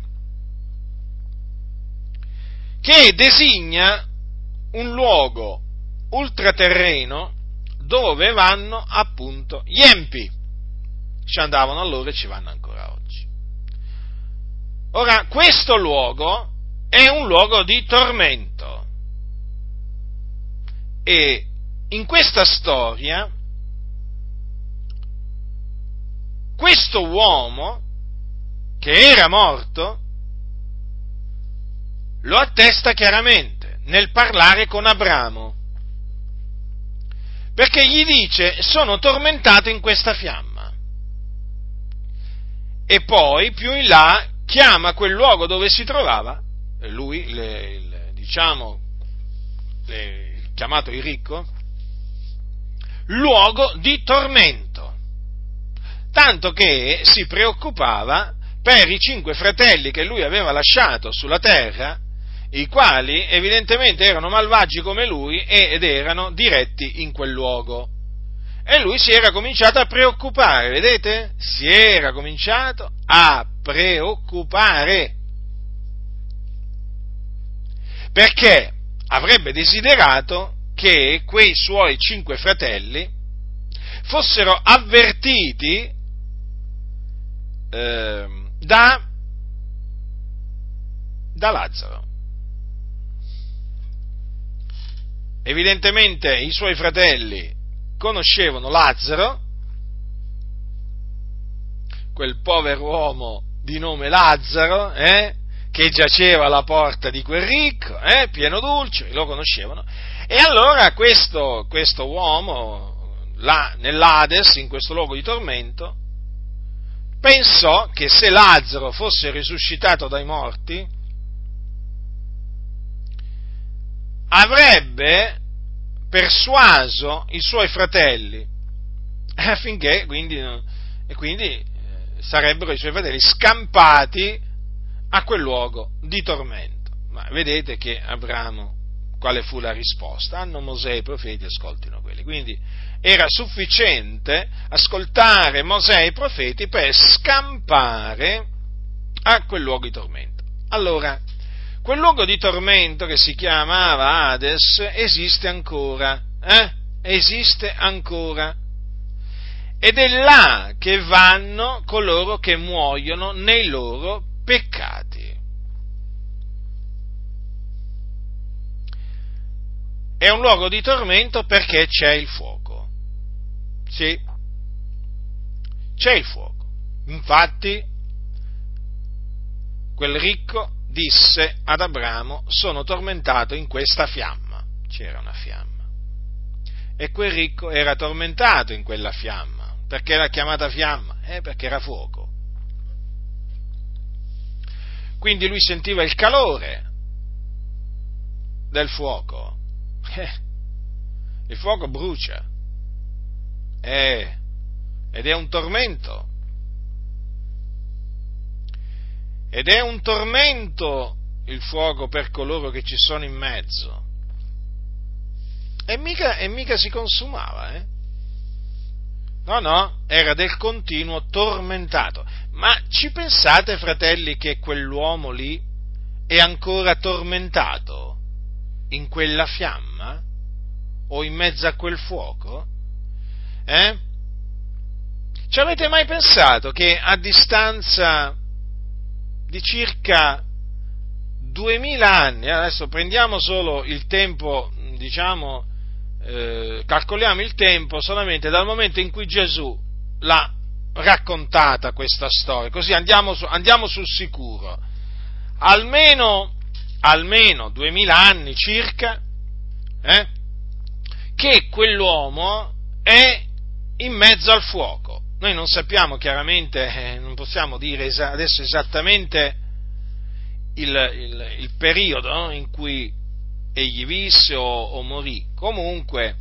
che designa un luogo ultraterreno dove vanno appunto gli empi. Ci andavano allora e ci vanno ancora oggi. Ora, questo luogo è un luogo di tormento e in questa storia questo uomo che era morto lo attesta chiaramente nel parlare con Abramo, perché gli dice: sono tormentato in questa fiamma. E poi più in là chiama quel luogo dove si trovava, lui, le, le, diciamo, le, chiamato il ricco, luogo di tormento, tanto che si preoccupava per i cinque fratelli che lui aveva lasciato sulla terra, i quali evidentemente erano malvagi come lui ed erano diretti in quel luogo. E lui si era cominciato a preoccupare, vedete? Si era cominciato a preoccupare. Perché avrebbe desiderato che quei suoi cinque fratelli fossero avvertiti eh, da, da Lazzaro. Evidentemente i suoi fratelli conoscevano Lazzaro, quel povero uomo di nome Lazzaro, eh, che giaceva alla porta di quel ricco, eh, pieno d'ulceri, lo conoscevano, e allora questo, questo uomo, là nell'Hades, in questo luogo di tormento, pensò che se Lazzaro fosse risuscitato dai morti, avrebbe persuaso i suoi fratelli affinché quindi, e quindi eh, sarebbero i suoi fratelli scampati a quel luogo di tormento. Ma vedete che Abramo, quale fu la risposta? Hanno Mosè e i profeti, ascoltino quelli. Quindi era sufficiente ascoltare Mosè e i profeti per scampare a quel luogo di tormento. Allora, quel luogo di tormento che si chiamava Hades esiste ancora, eh? Esiste ancora. Ed è là che vanno coloro che muoiono nei loro peccati. È un luogo di tormento perché c'è il fuoco. Sì, c'è il fuoco. Infatti, quel ricco disse ad Abramo: sono tormentato in questa fiamma. C'era una fiamma. E quel ricco era tormentato in quella fiamma. Perché era chiamata fiamma? Eh, perché era fuoco. Quindi lui sentiva il calore del fuoco. Eh, il fuoco brucia. Eh, ed è un tormento. Ed è un tormento il fuoco per coloro che ci sono in mezzo. E mica, e mica si consumava, eh? No, no, era del continuo tormentato. Ma ci pensate, fratelli, che quell'uomo lì è ancora tormentato in quella fiamma? O in mezzo a quel fuoco? Eh? Ci avete mai pensato che a distanza di circa duemila anni, adesso prendiamo solo il tempo, diciamo, eh, calcoliamo il tempo solamente dal momento in cui Gesù l'ha raccontata questa storia, così andiamo, su, andiamo sul sicuro, almeno, almeno duemila anni circa, eh, che quell'uomo è in mezzo al fuoco. Noi non sappiamo chiaramente, eh, non possiamo dire esa- adesso esattamente il, il, il periodo, no, in cui egli visse o, o morì. Comunque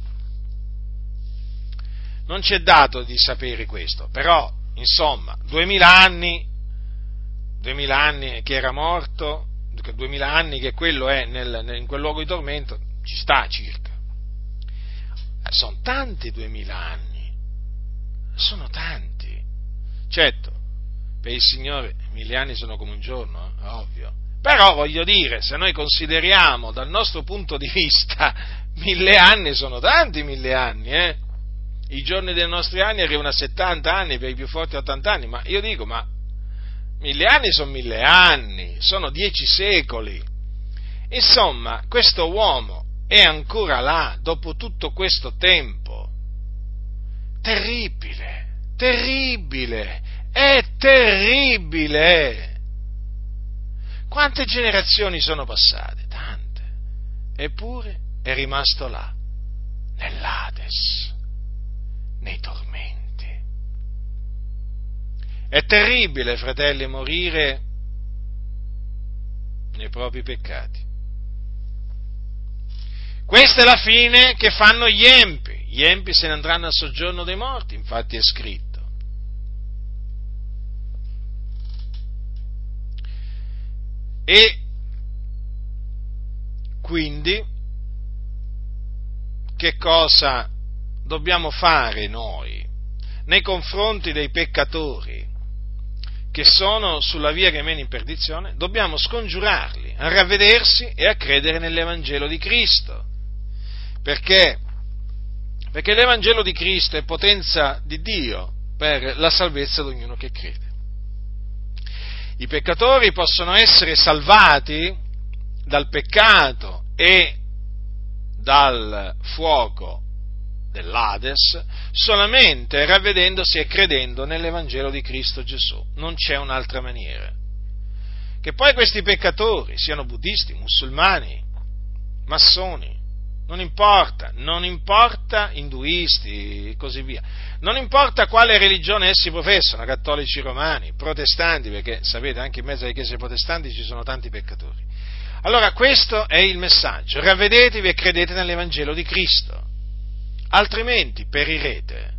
non c'è dato di sapere questo, però insomma duemila anni, duemila anni che era morto, duemila anni che quello è nel, nel, in quel luogo di tormento, ci sta circa. Sono tanti duemila anni, sono tanti. Certo, per il Signore mille anni sono come un giorno, eh? Ovvio. Però voglio dire, se noi consideriamo dal nostro punto di vista, mille anni sono tanti mille anni, eh? I giorni dei nostri anni arrivano a settanta anni, per i più forti a ottanta anni, ma io dico, ma mille anni sono mille anni, sono dieci secoli. Insomma, questo uomo è ancora là, dopo tutto questo tempo. Terribile, terribile, è terribile. Quante generazioni sono passate? Tante. Eppure è rimasto là, nell'Ades, nei tormenti. È terribile, fratelli, morire nei propri peccati. Questa è la fine che fanno gli empi. Gli empi se ne andranno al soggiorno dei morti, infatti è scritto. E quindi che cosa dobbiamo fare noi nei confronti dei peccatori che sono sulla via che mena in perdizione? Dobbiamo scongiurarli a ravvedersi e a credere nell'Evangelo di Cristo. Perché? Perché l'Evangelo di Cristo è potenza di Dio per la salvezza di ognuno che crede. I peccatori possono essere salvati dal peccato e dal fuoco dell'Ades solamente ravvedendosi e credendo nell'Evangelo di Cristo Gesù. Non c'è un'altra maniera. Che poi questi peccatori siano buddisti, musulmani, massoni, non importa, non importa, induisti e così via, non importa quale religione essi professano, cattolici romani, protestanti, perché sapete anche in mezzo alle chiese protestanti ci sono tanti peccatori. Allora questo è il messaggio: ravvedetevi e credete nell'Evangelo di Cristo, altrimenti perirete,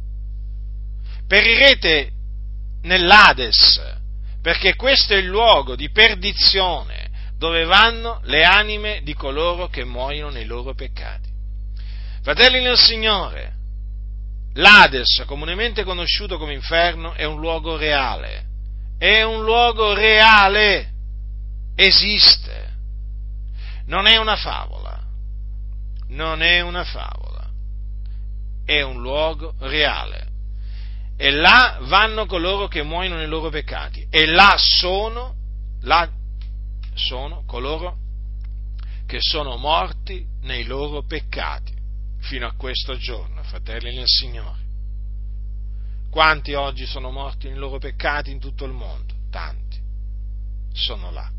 perirete nell'Ades, perché questo è il luogo di perdizione dove vanno le anime di coloro che muoiono nei loro peccati. Fratelli nel Signore, l'Ades, comunemente conosciuto come inferno, è un luogo reale, è un luogo reale, esiste, non è una favola, non è una favola, è un luogo reale, e là vanno coloro che muoiono nei loro peccati, e là sono, là sono coloro che sono morti nei loro peccati fino a questo giorno, fratelli nel Signore. Quanti oggi sono morti nei loro peccati in tutto il mondo? Tanti. Sono là.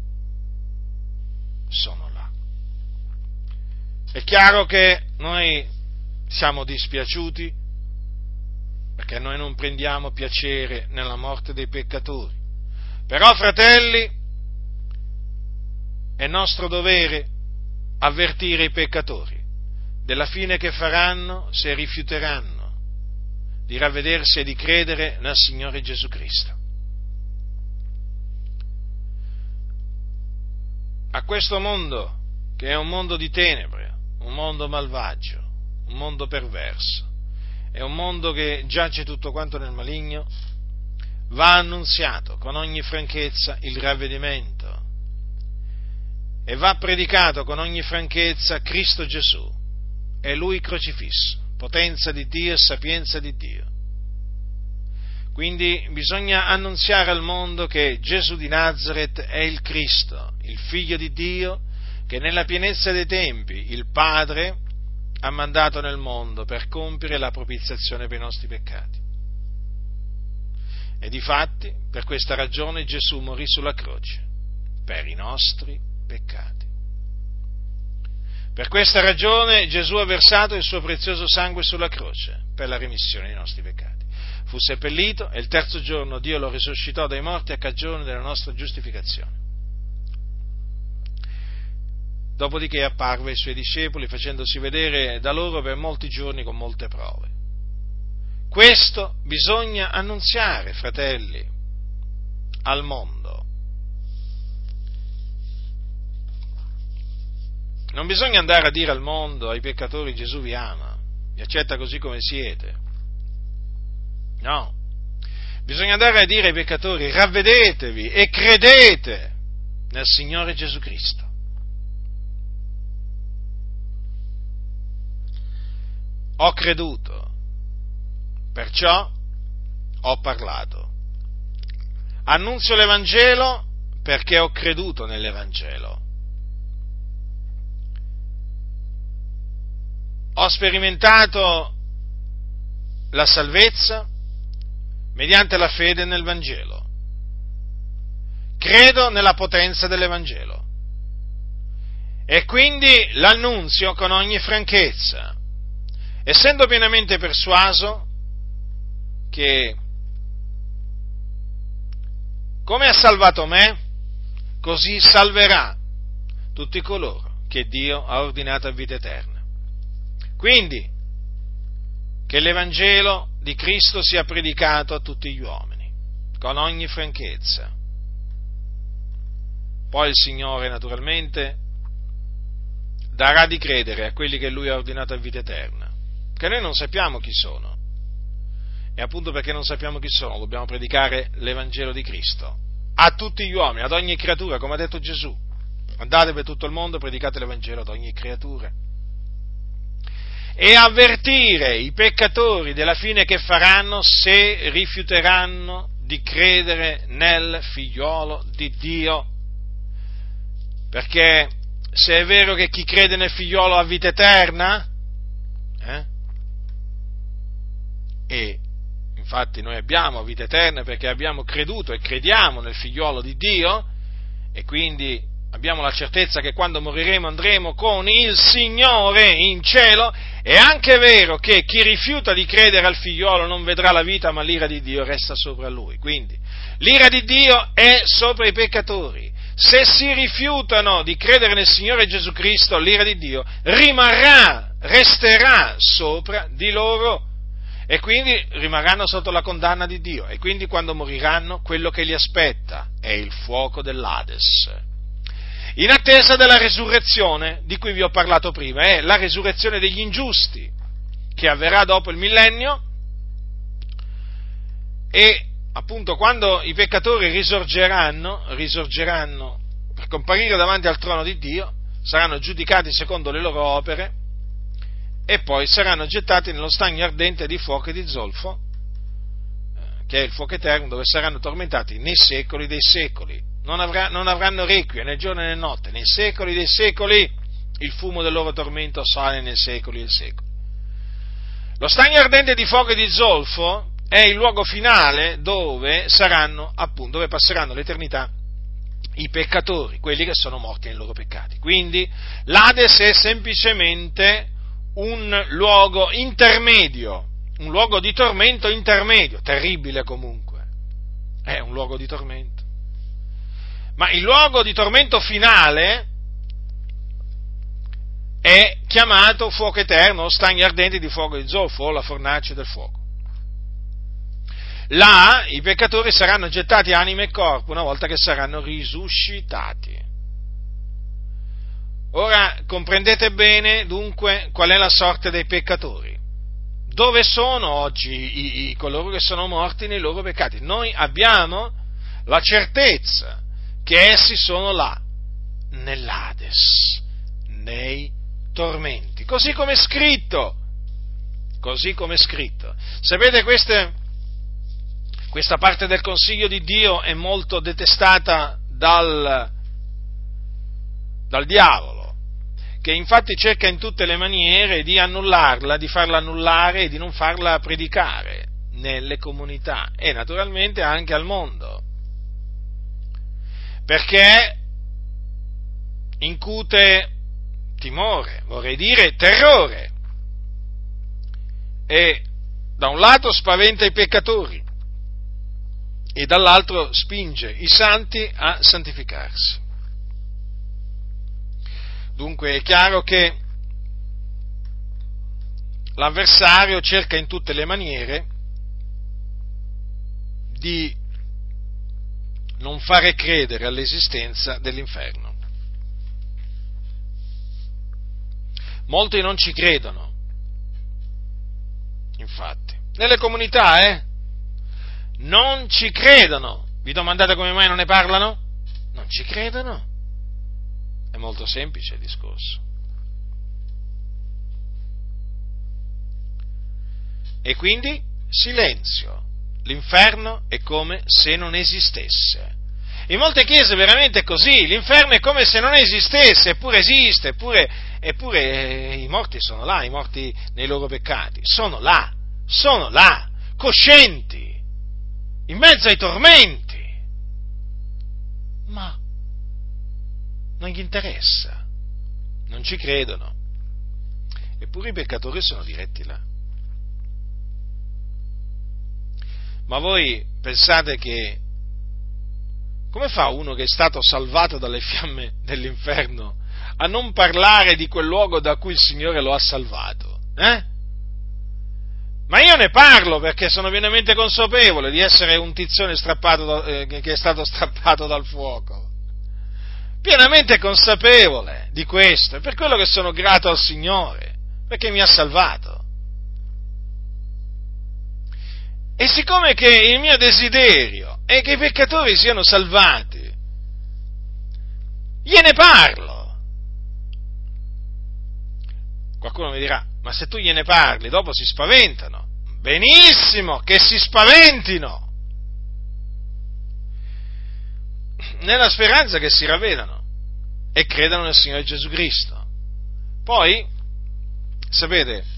Sono là. È chiaro che noi siamo dispiaciuti perché noi non prendiamo piacere nella morte dei peccatori. Però, fratelli, è nostro dovere avvertire i peccatori della fine che faranno se rifiuteranno di ravvedersi e di credere nel Signore Gesù Cristo. A questo mondo, che è un mondo di tenebre, un mondo malvagio, un mondo perverso, è un mondo che giace tutto quanto nel maligno, va annunziato con ogni franchezza il ravvedimento e va predicato con ogni franchezza Cristo Gesù e Lui crocifisso, potenza di Dio e sapienza di Dio. Quindi bisogna annunziare al mondo che Gesù di Nazaret è il Cristo, il Figlio di Dio, che nella pienezza dei tempi il Padre ha mandato nel mondo per compiere la propiziazione per i nostri peccati. E difatti, per questa ragione Gesù morì sulla croce, per i nostri peccati. Per questa ragione Gesù ha versato il suo prezioso sangue sulla croce, per la remissione dei nostri peccati. Fu seppellito e il terzo giorno Dio lo risuscitò dai morti a cagione della nostra giustificazione. Dopodiché apparve ai suoi discepoli facendosi vedere da loro per molti giorni con molte prove. Questo bisogna annunziare, fratelli, al mondo. Non bisogna andare a dire al mondo, ai peccatori, Gesù vi ama, vi accetta così come siete. No. Bisogna andare a dire ai peccatori, ravvedetevi e credete nel Signore Gesù Cristo. Ho creduto, perciò ho parlato. Annunzio l'Evangelo perché ho creduto nell'Evangelo. Ho sperimentato la salvezza mediante la fede nel Vangelo. Credo nella potenza dell'Evangelo e quindi l'annunzio con ogni franchezza, essendo pienamente persuaso che come ha salvato me, così salverà tutti coloro che Dio ha ordinato a vita eterna. Quindi, che l'Evangelo di Cristo sia predicato a tutti gli uomini, con ogni franchezza. Poi il Signore, naturalmente, darà di credere a quelli che Lui ha ordinato a vita eterna, che noi non sappiamo chi sono. E appunto perché non sappiamo chi sono, dobbiamo predicare l'Evangelo di Cristo a tutti gli uomini, ad ogni creatura, come ha detto Gesù. Andate per tutto il mondo, predicate l'Evangelo ad ogni creatura. E avvertire i peccatori della fine che faranno se rifiuteranno di credere nel Figliolo di Dio. Perché se è vero che chi crede nel Figliolo ha vita eterna, eh? e infatti noi abbiamo vita eterna perché abbiamo creduto e crediamo nel Figliolo di Dio, e quindi abbiamo la certezza che quando moriremo andremo con il Signore in cielo. È anche vero che chi rifiuta di credere al Figliolo non vedrà la vita, ma l'ira di Dio resta sopra lui. Quindi l'ira di Dio è sopra i peccatori. Se si rifiutano di credere nel Signore Gesù Cristo, l'ira di Dio rimarrà, resterà sopra di loro, e quindi rimarranno sotto la condanna di Dio, e quindi quando moriranno quello che li aspetta è il fuoco dell'Ades. In attesa della resurrezione di cui vi ho parlato prima, è la resurrezione degli ingiusti, che avverrà dopo il millennio, e appunto quando i peccatori risorgeranno, risorgeranno per comparire davanti al trono di Dio, saranno giudicati secondo le loro opere, e poi saranno gettati nello stagno ardente di fuoco e di zolfo, che è il fuoco eterno, dove saranno tormentati nei secoli dei secoli. Non, avrà, non avranno requie né giorno né notte, nei secoli dei secoli. Il fumo del loro tormento sale nei secoli dei secoli. Lo stagno ardente di fuoco e di zolfo è il luogo finale dove saranno, appunto, dove passeranno l'eternità i peccatori, quelli che sono morti nei loro peccati. Quindi l'Ades è semplicemente un luogo intermedio, un luogo di tormento intermedio, terribile comunque, è un luogo di tormento. Ma il luogo di tormento finale è chiamato fuoco eterno, o stagni ardenti di fuoco e di zolfo, o la fornace del fuoco. Là i peccatori saranno gettati anima e corpo una volta che saranno risuscitati. Ora comprendete bene dunque qual è la sorte dei peccatori. Dove sono oggi i, i, coloro che sono morti nei loro peccati? Noi abbiamo la certezza che essi sono là, nell'Ades, nei tormenti, così come è scritto, così come è scritto. Sapete, queste, questa parte del consiglio di Dio è molto detestata dal, dal diavolo, che infatti cerca in tutte le maniere di annullarla, di farla annullare e di non farla predicare nelle comunità e naturalmente anche al mondo, perché incute timore, vorrei dire terrore, e da un lato spaventa i peccatori e dall'altro spinge i santi a santificarsi. Dunque è chiaro che l'avversario cerca in tutte le maniere di non fare credere all'esistenza dell'inferno. molti non ci credono. Infatti, nelle comunità, eh, non ci credono. Vi domandate come mai non ne parlano? Non ci credono. È molto semplice il discorso. E quindi silenzio. L'inferno è come se non esistesse. In molte chiese veramente è così, l'inferno è come se non esistesse, eppure esiste, eppure, eppure eh, i morti sono là, i morti nei loro peccati, sono là, sono là, coscienti, in mezzo ai tormenti, ma non gli interessa, non ci credono, eppure i peccatori sono diretti là. Ma voi pensate che come fa uno che è stato salvato dalle fiamme dell'inferno a non parlare di quel luogo da cui il Signore lo ha salvato? Eh? Ma io ne parlo perché sono pienamente consapevole di essere un tizione strappato da, eh, che è stato strappato dal fuoco. Pienamente consapevole di questo, e per quello che sono grato al Signore, perché mi ha salvato. E siccome che il mio desiderio è che i peccatori siano salvati, gliene parlo. Qualcuno mi dirà, ma se tu gliene parli, dopo si spaventano. Benissimo, che si spaventino, nella speranza che si ravvedano e credano nel Signore Gesù Cristo. Poi, sapete,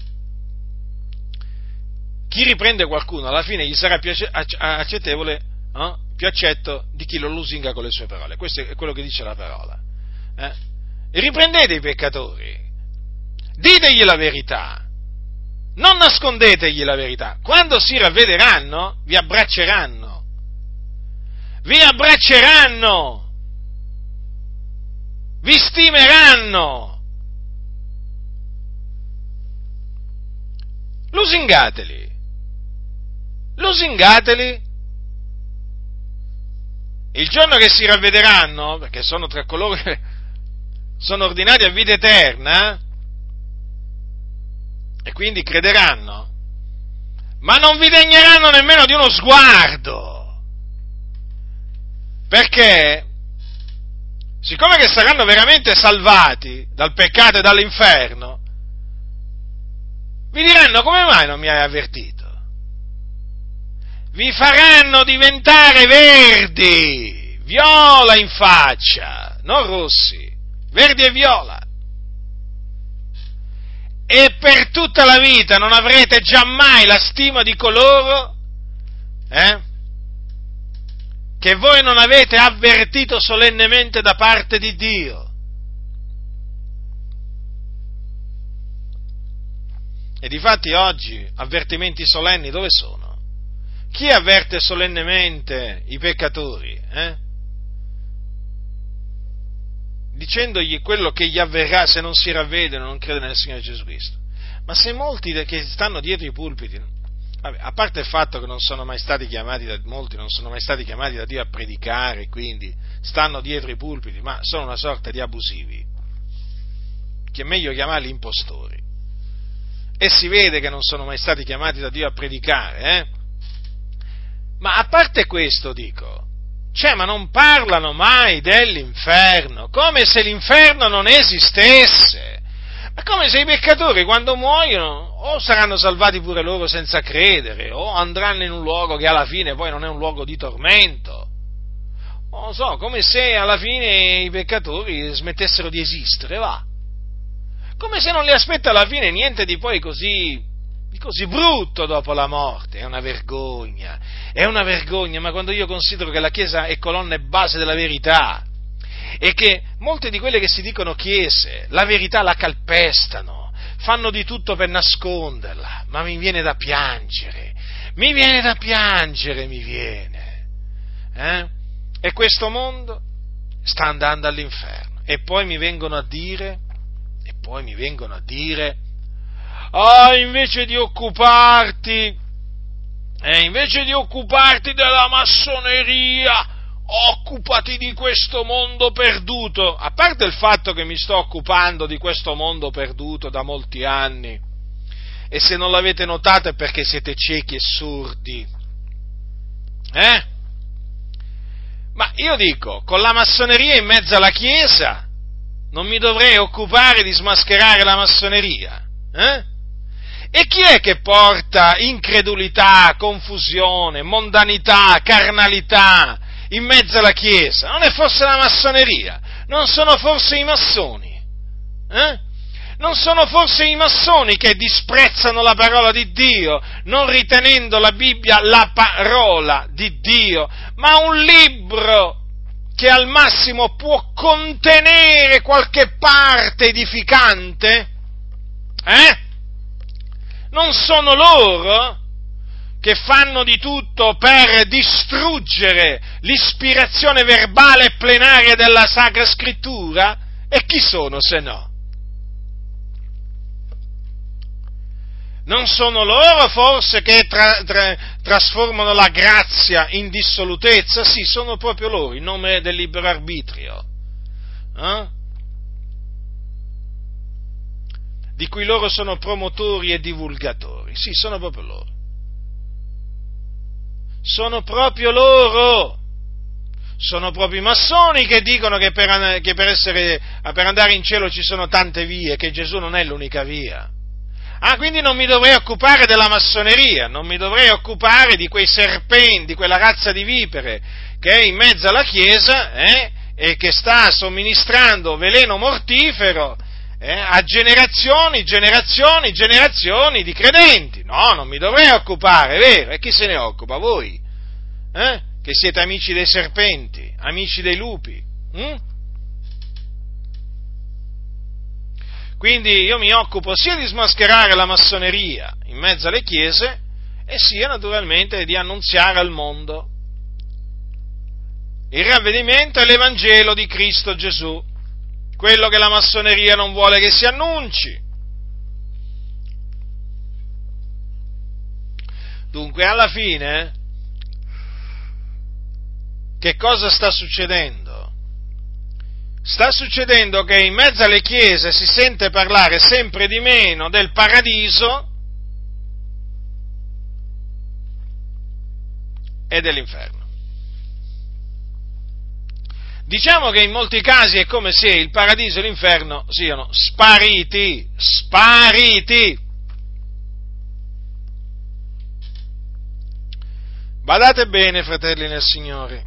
chi riprende qualcuno alla fine gli sarà più accettevole, eh, più accetto di chi lo lusinga con le sue parole. Questo è quello che dice la parola. Eh? E riprendete i peccatori, ditegli la verità, non nascondetegli la verità. Quando si ravvederanno, vi abbracceranno, vi abbracceranno, vi stimeranno, lusingateli. Lusingateli, il giorno che si ravvederanno, perché sono tra coloro che sono ordinati a vita eterna, e quindi crederanno, ma non vi degneranno nemmeno di uno sguardo, perché, siccome che saranno veramente salvati dal peccato e dall'inferno, vi diranno: come mai non mi hai avvertito? Vi faranno diventare verdi, viola in faccia, non rossi, verdi e viola. E per tutta la vita non avrete giammai la stima di coloro eh, che voi non avete avvertito solennemente da parte di Dio. E difatti oggi avvertimenti solenni dove sono? Chi avverte solennemente i peccatori? Eh? Dicendogli quello che gli avverrà se non si ravvedono e non credono nel Signore Gesù Cristo. Ma se molti che stanno dietro i pulpiti, vabbè, a parte il fatto che non sono mai stati chiamati da, molti non sono mai stati chiamati da Dio a predicare, quindi stanno dietro i pulpiti, ma sono una sorta di abusivi, che è meglio chiamarli impostori. E si vede che non sono mai stati chiamati da Dio a predicare, eh? Ma a parte questo, dico, cioè, ma non parlano mai dell'inferno, come se l'inferno non esistesse, ma come se i peccatori quando muoiono o saranno salvati pure loro senza credere, o andranno in un luogo che alla fine poi non è un luogo di tormento, non so, come se alla fine i peccatori smettessero di esistere, va, come se non li aspetta alla fine niente di poi così... così brutto dopo la morte. È una vergogna, è una vergogna, ma quando io considero che la Chiesa è colonna e base della verità, e che molte di quelle che si dicono chiese, la verità la calpestano, fanno di tutto per nasconderla, ma mi viene da piangere, mi viene da piangere, mi viene, eh? E questo mondo sta andando all'inferno, e poi mi vengono a dire, e poi mi vengono a dire, ah, invece di occuparti, eh, invece di occuparti della massoneria, occupati di questo mondo perduto. A parte il fatto che mi sto occupando di questo mondo perduto da molti anni, e se non l'avete notato è perché siete ciechi e sordi. Eh? Ma io dico, con la massoneria in mezzo alla Chiesa, non mi dovrei occupare di smascherare la massoneria? Eh? E chi è che porta incredulità, confusione, mondanità, carnalità in mezzo alla Chiesa? Non è forse la massoneria? Non sono forse i massoni? Eh? Non sono forse i massoni che disprezzano la parola di Dio, non ritenendo la Bibbia la parola di Dio, ma un libro che al massimo può contenere qualche parte edificante? Eh? Non sono loro che fanno di tutto per distruggere l'ispirazione verbale e plenaria della Sacra Scrittura? E chi sono se no? Non sono loro forse che tra, tra, trasformano la grazia in dissolutezza? Sì, sono proprio loro, in nome del libero arbitrio, eh? Di cui loro sono promotori e divulgatori. Sì, sono proprio loro. Sono proprio loro. Sono proprio i massoni che dicono che per, che per, essere, per andare in cielo ci sono tante vie, che Gesù non è l'unica via. Ah, quindi non mi dovrei occupare della massoneria, non mi dovrei occupare di quei serpenti, di quella razza di vipere che è in mezzo alla Chiesa, eh, e che sta somministrando veleno mortifero eh, a generazioni, generazioni, generazioni di credenti. No, non mi dovrei occupare, è vero? E chi se ne occupa? Voi? Eh? Che siete amici dei serpenti, amici dei lupi? Hm? Quindi io mi occupo sia di smascherare la massoneria in mezzo alle chiese e sia naturalmente di annunziare al mondo il ravvedimento e l'Evangelo di Cristo Gesù, quello che la massoneria non vuole che si annunci. Dunque, alla fine, che cosa sta succedendo? Sta succedendo che in mezzo alle chiese si sente parlare sempre di meno del paradiso e dell'inferno. Diciamo che in molti casi è come se il paradiso e l'inferno siano spariti, spariti. Badate bene, fratelli nel Signore,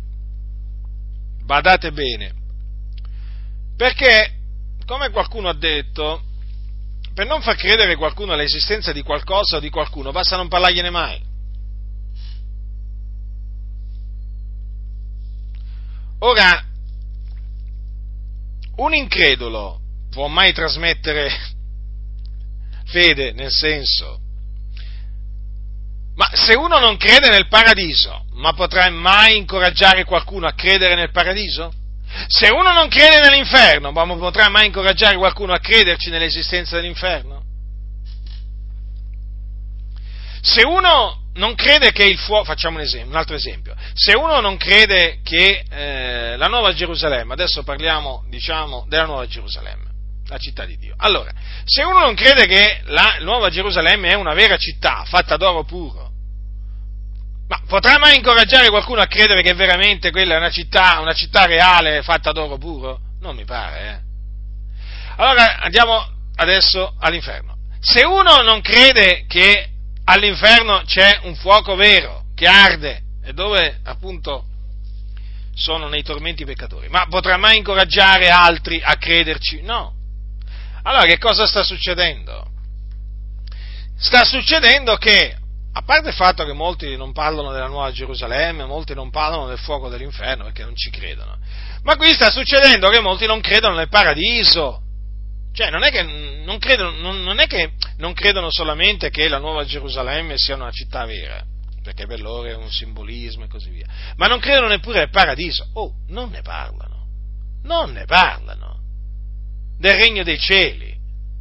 badate bene. Perché, come qualcuno ha detto, per non far credere qualcuno all'esistenza di qualcosa o di qualcuno, basta non parlargliene mai. Ora, un incredulo può mai trasmettere fede, nel senso, ma se uno non crede nel paradiso, ma potrà mai incoraggiare qualcuno a credere nel paradiso? Se uno non crede nell'inferno, ma potrà mai incoraggiare qualcuno a crederci nell'esistenza dell'inferno? Se uno non crede che il fuoco, facciamo un esempio, un altro esempio, se uno non crede che eh, la Nuova Gerusalemme, adesso parliamo, diciamo, della Nuova Gerusalemme, la città di Dio, allora, se uno non crede che la Nuova Gerusalemme è una vera città, fatta d'oro puro, ma potrà mai incoraggiare qualcuno a credere che veramente quella è una città, una città reale fatta d'oro puro? Non mi pare, eh. Allora andiamo adesso all'inferno. Se uno non crede che all'inferno c'è un fuoco vero, che arde, e dove appunto sono nei tormenti i peccatori, ma potrà mai incoraggiare altri a crederci? No. Allora che cosa sta succedendo? Sta succedendo che, a parte il fatto che molti non parlano della Nuova Gerusalemme, molti non parlano del fuoco dell'inferno perché non ci credono, ma qui sta succedendo che molti non credono nel paradiso. Cioè, non è che non credono, non, non è che non credono solamente che la Nuova Gerusalemme sia una città vera, perché per loro è un simbolismo e così via, ma non credono neppure nel paradiso. Oh, non ne parlano, non ne parlano del regno dei cieli.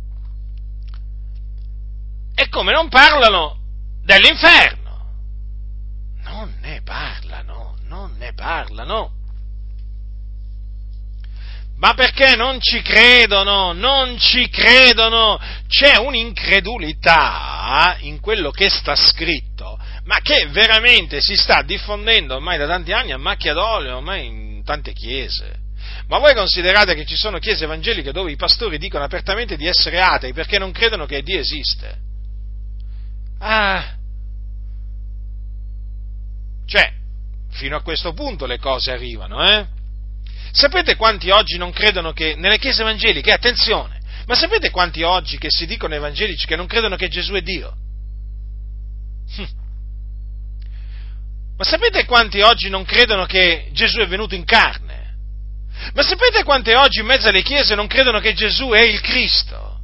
E come non parlano dell'inferno? Non ne parlano, non ne ne parlano. Ma perché non ci credono? Non ci credono! C'è un'incredulità in quello che sta scritto, ma che veramente si sta diffondendo ormai da tanti anni a macchia d'olio, ormai in tante chiese. Ma voi considerate che ci sono chiese evangeliche dove i pastori dicono apertamente di essere atei perché non credono che Dio esiste? Ah! Cioè, fino a questo punto le cose arrivano, eh? Sapete quanti oggi non credono che, nelle chiese evangeliche, attenzione, ma sapete quanti oggi che si dicono evangelici che non credono che Gesù è Dio? Hm. Ma sapete quanti oggi non credono che Gesù è venuto in carne? Ma sapete quante oggi in mezzo alle chiese non credono che Gesù è il Cristo?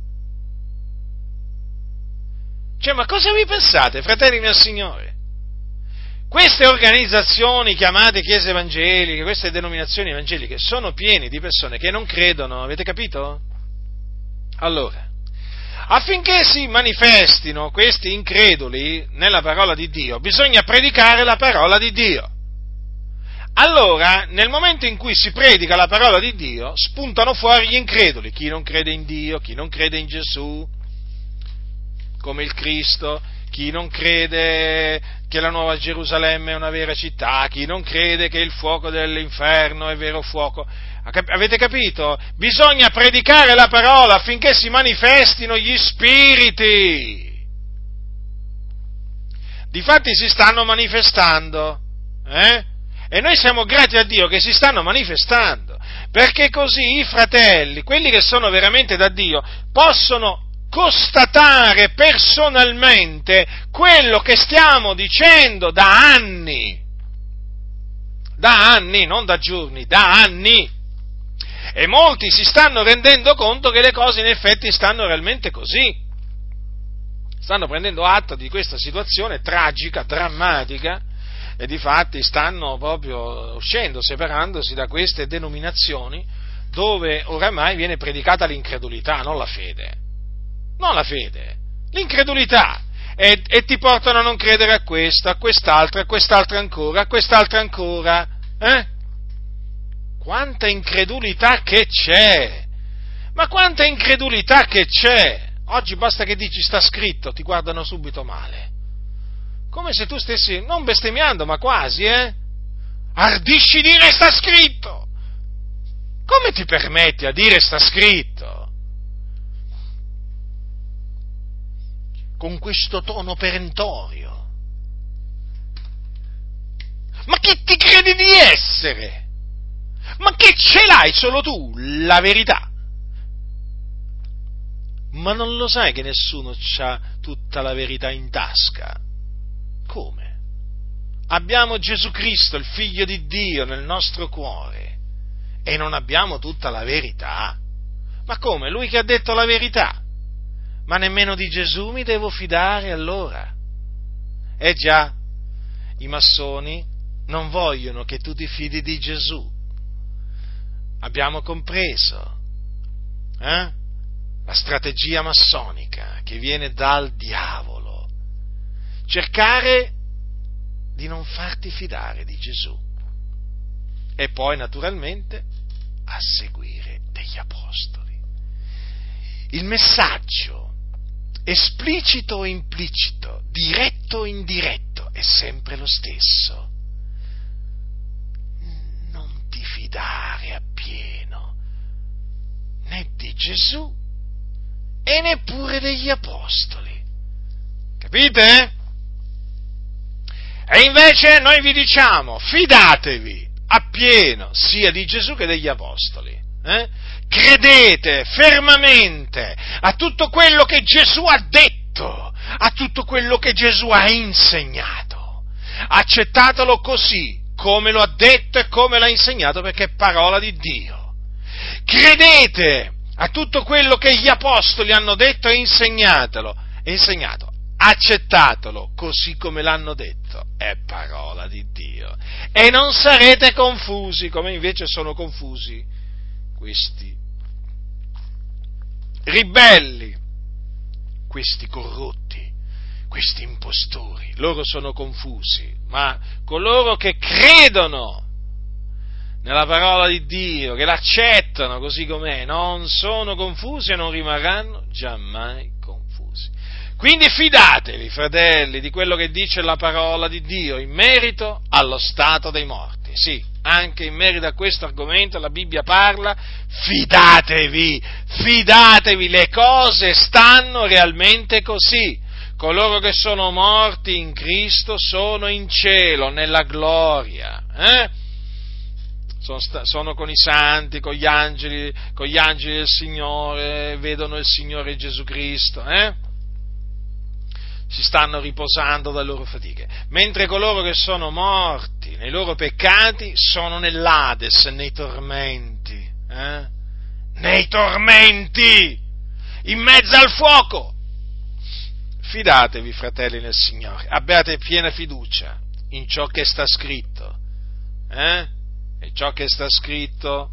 Cioè, ma cosa vi pensate, fratelli nel Signore? Queste organizzazioni chiamate chiese evangeliche, queste denominazioni evangeliche, sono piene di persone che non credono, avete capito? Allora, affinché si manifestino questi increduli nella parola di Dio, bisogna predicare la parola di Dio. Allora, nel momento in cui si predica la parola di Dio, spuntano fuori gli increduli, chi non crede in Dio, chi non crede in Gesù, come il Cristo, chi non crede che la Nuova Gerusalemme è una vera città, chi non crede che il fuoco dell'inferno è vero fuoco. Avete capito? Bisogna predicare la parola affinché si manifestino gli spiriti. Difatti si stanno manifestando, eh? E noi siamo grati a Dio che si stanno manifestando, perché così i fratelli, quelli che sono veramente da Dio, possono constatare personalmente quello che stiamo dicendo da anni, da anni, non da giorni, da anni, e molti si stanno rendendo conto che le cose in effetti stanno realmente così, stanno prendendo atto di questa situazione tragica, drammatica, e difatti stanno proprio uscendo, separandosi da queste denominazioni dove oramai viene predicata l'incredulità, non la fede. Non la fede, l'incredulità, e, e ti portano a non credere a questo, a quest'altro, a quest'altro ancora, a quest'altro ancora, eh? Quanta incredulità che c'è, ma quanta incredulità che c'è, oggi basta che dici sta scritto, ti guardano subito male, come se tu stessi, non bestemmiando, ma quasi, eh? Ardisci dire sta scritto, come ti permetti a dire sta scritto? Con questo tono perentorio. Ma chi ti credi di essere? Ma che ce l'hai solo tu, la verità? Ma non lo sai che nessuno c'ha tutta la verità in tasca? Come? Abbiamo Gesù Cristo, il Figlio di Dio, nel nostro cuore e non abbiamo tutta la verità. Ma come? Lui che ha detto la verità? Ma nemmeno di Gesù mi devo fidare allora? Eh già, i massoni non vogliono che tu ti fidi di Gesù. Abbiamo compreso, eh? La strategia massonica che viene dal diavolo. Cercare di non farti fidare di Gesù. E poi, naturalmente, a seguire degli apostoli. Il messaggio, esplicito o implicito, diretto o indiretto, è sempre lo stesso. Non ti fidare appieno né di Gesù e neppure degli apostoli. Capite? E invece noi vi diciamo, fidatevi appieno sia di Gesù che degli apostoli. Eh? Credete fermamente a tutto quello che Gesù ha detto, a tutto quello che Gesù ha insegnato. Accettatelo così, come lo ha detto e come l'ha insegnato, perché è parola di Dio. Credete a tutto quello che gli apostoli hanno detto e insegnatelo, e insegnato. Accettatelo così come l'hanno detto, è parola di Dio. E non sarete confusi, come invece sono confusi questi ribelli, questi corrotti, questi impostori. Loro sono confusi, ma coloro che credono nella parola di Dio, che l'accettano così com'è, non sono confusi e non rimarranno giammai confusi. Quindi fidatevi, fratelli, di quello che dice la parola di Dio in merito allo stato dei morti. Sì, anche in merito a questo argomento la Bibbia parla, fidatevi, fidatevi, le cose stanno realmente così. Coloro che sono morti in Cristo sono in cielo, nella gloria, eh? Sono, sta, sono con i santi, con gli angeli, con gli angeli del Signore, vedono il Signore Gesù Cristo, eh? Si stanno riposando dalle loro fatiche, mentre coloro che sono morti nei loro peccati sono nell'Ades, nei tormenti, eh? Nei tormenti, in mezzo al fuoco. Fidatevi, fratelli nel Signore, abbiate piena fiducia in ciò che sta scritto, eh? E ciò che sta scritto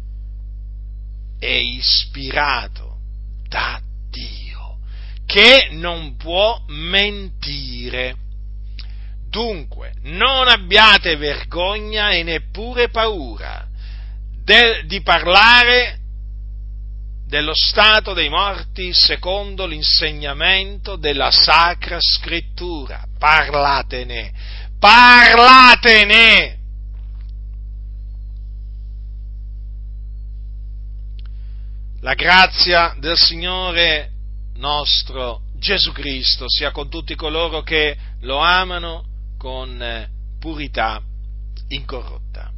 è ispirato da Dio, che non può mentire. Dunque, non abbiate vergogna e neppure paura de, di parlare dello stato dei morti secondo l'insegnamento della Sacra Scrittura. Parlatene, parlatene! La grazia del Signore nostro Gesù Cristo sia con tutti coloro che lo amano con purità incorrotta.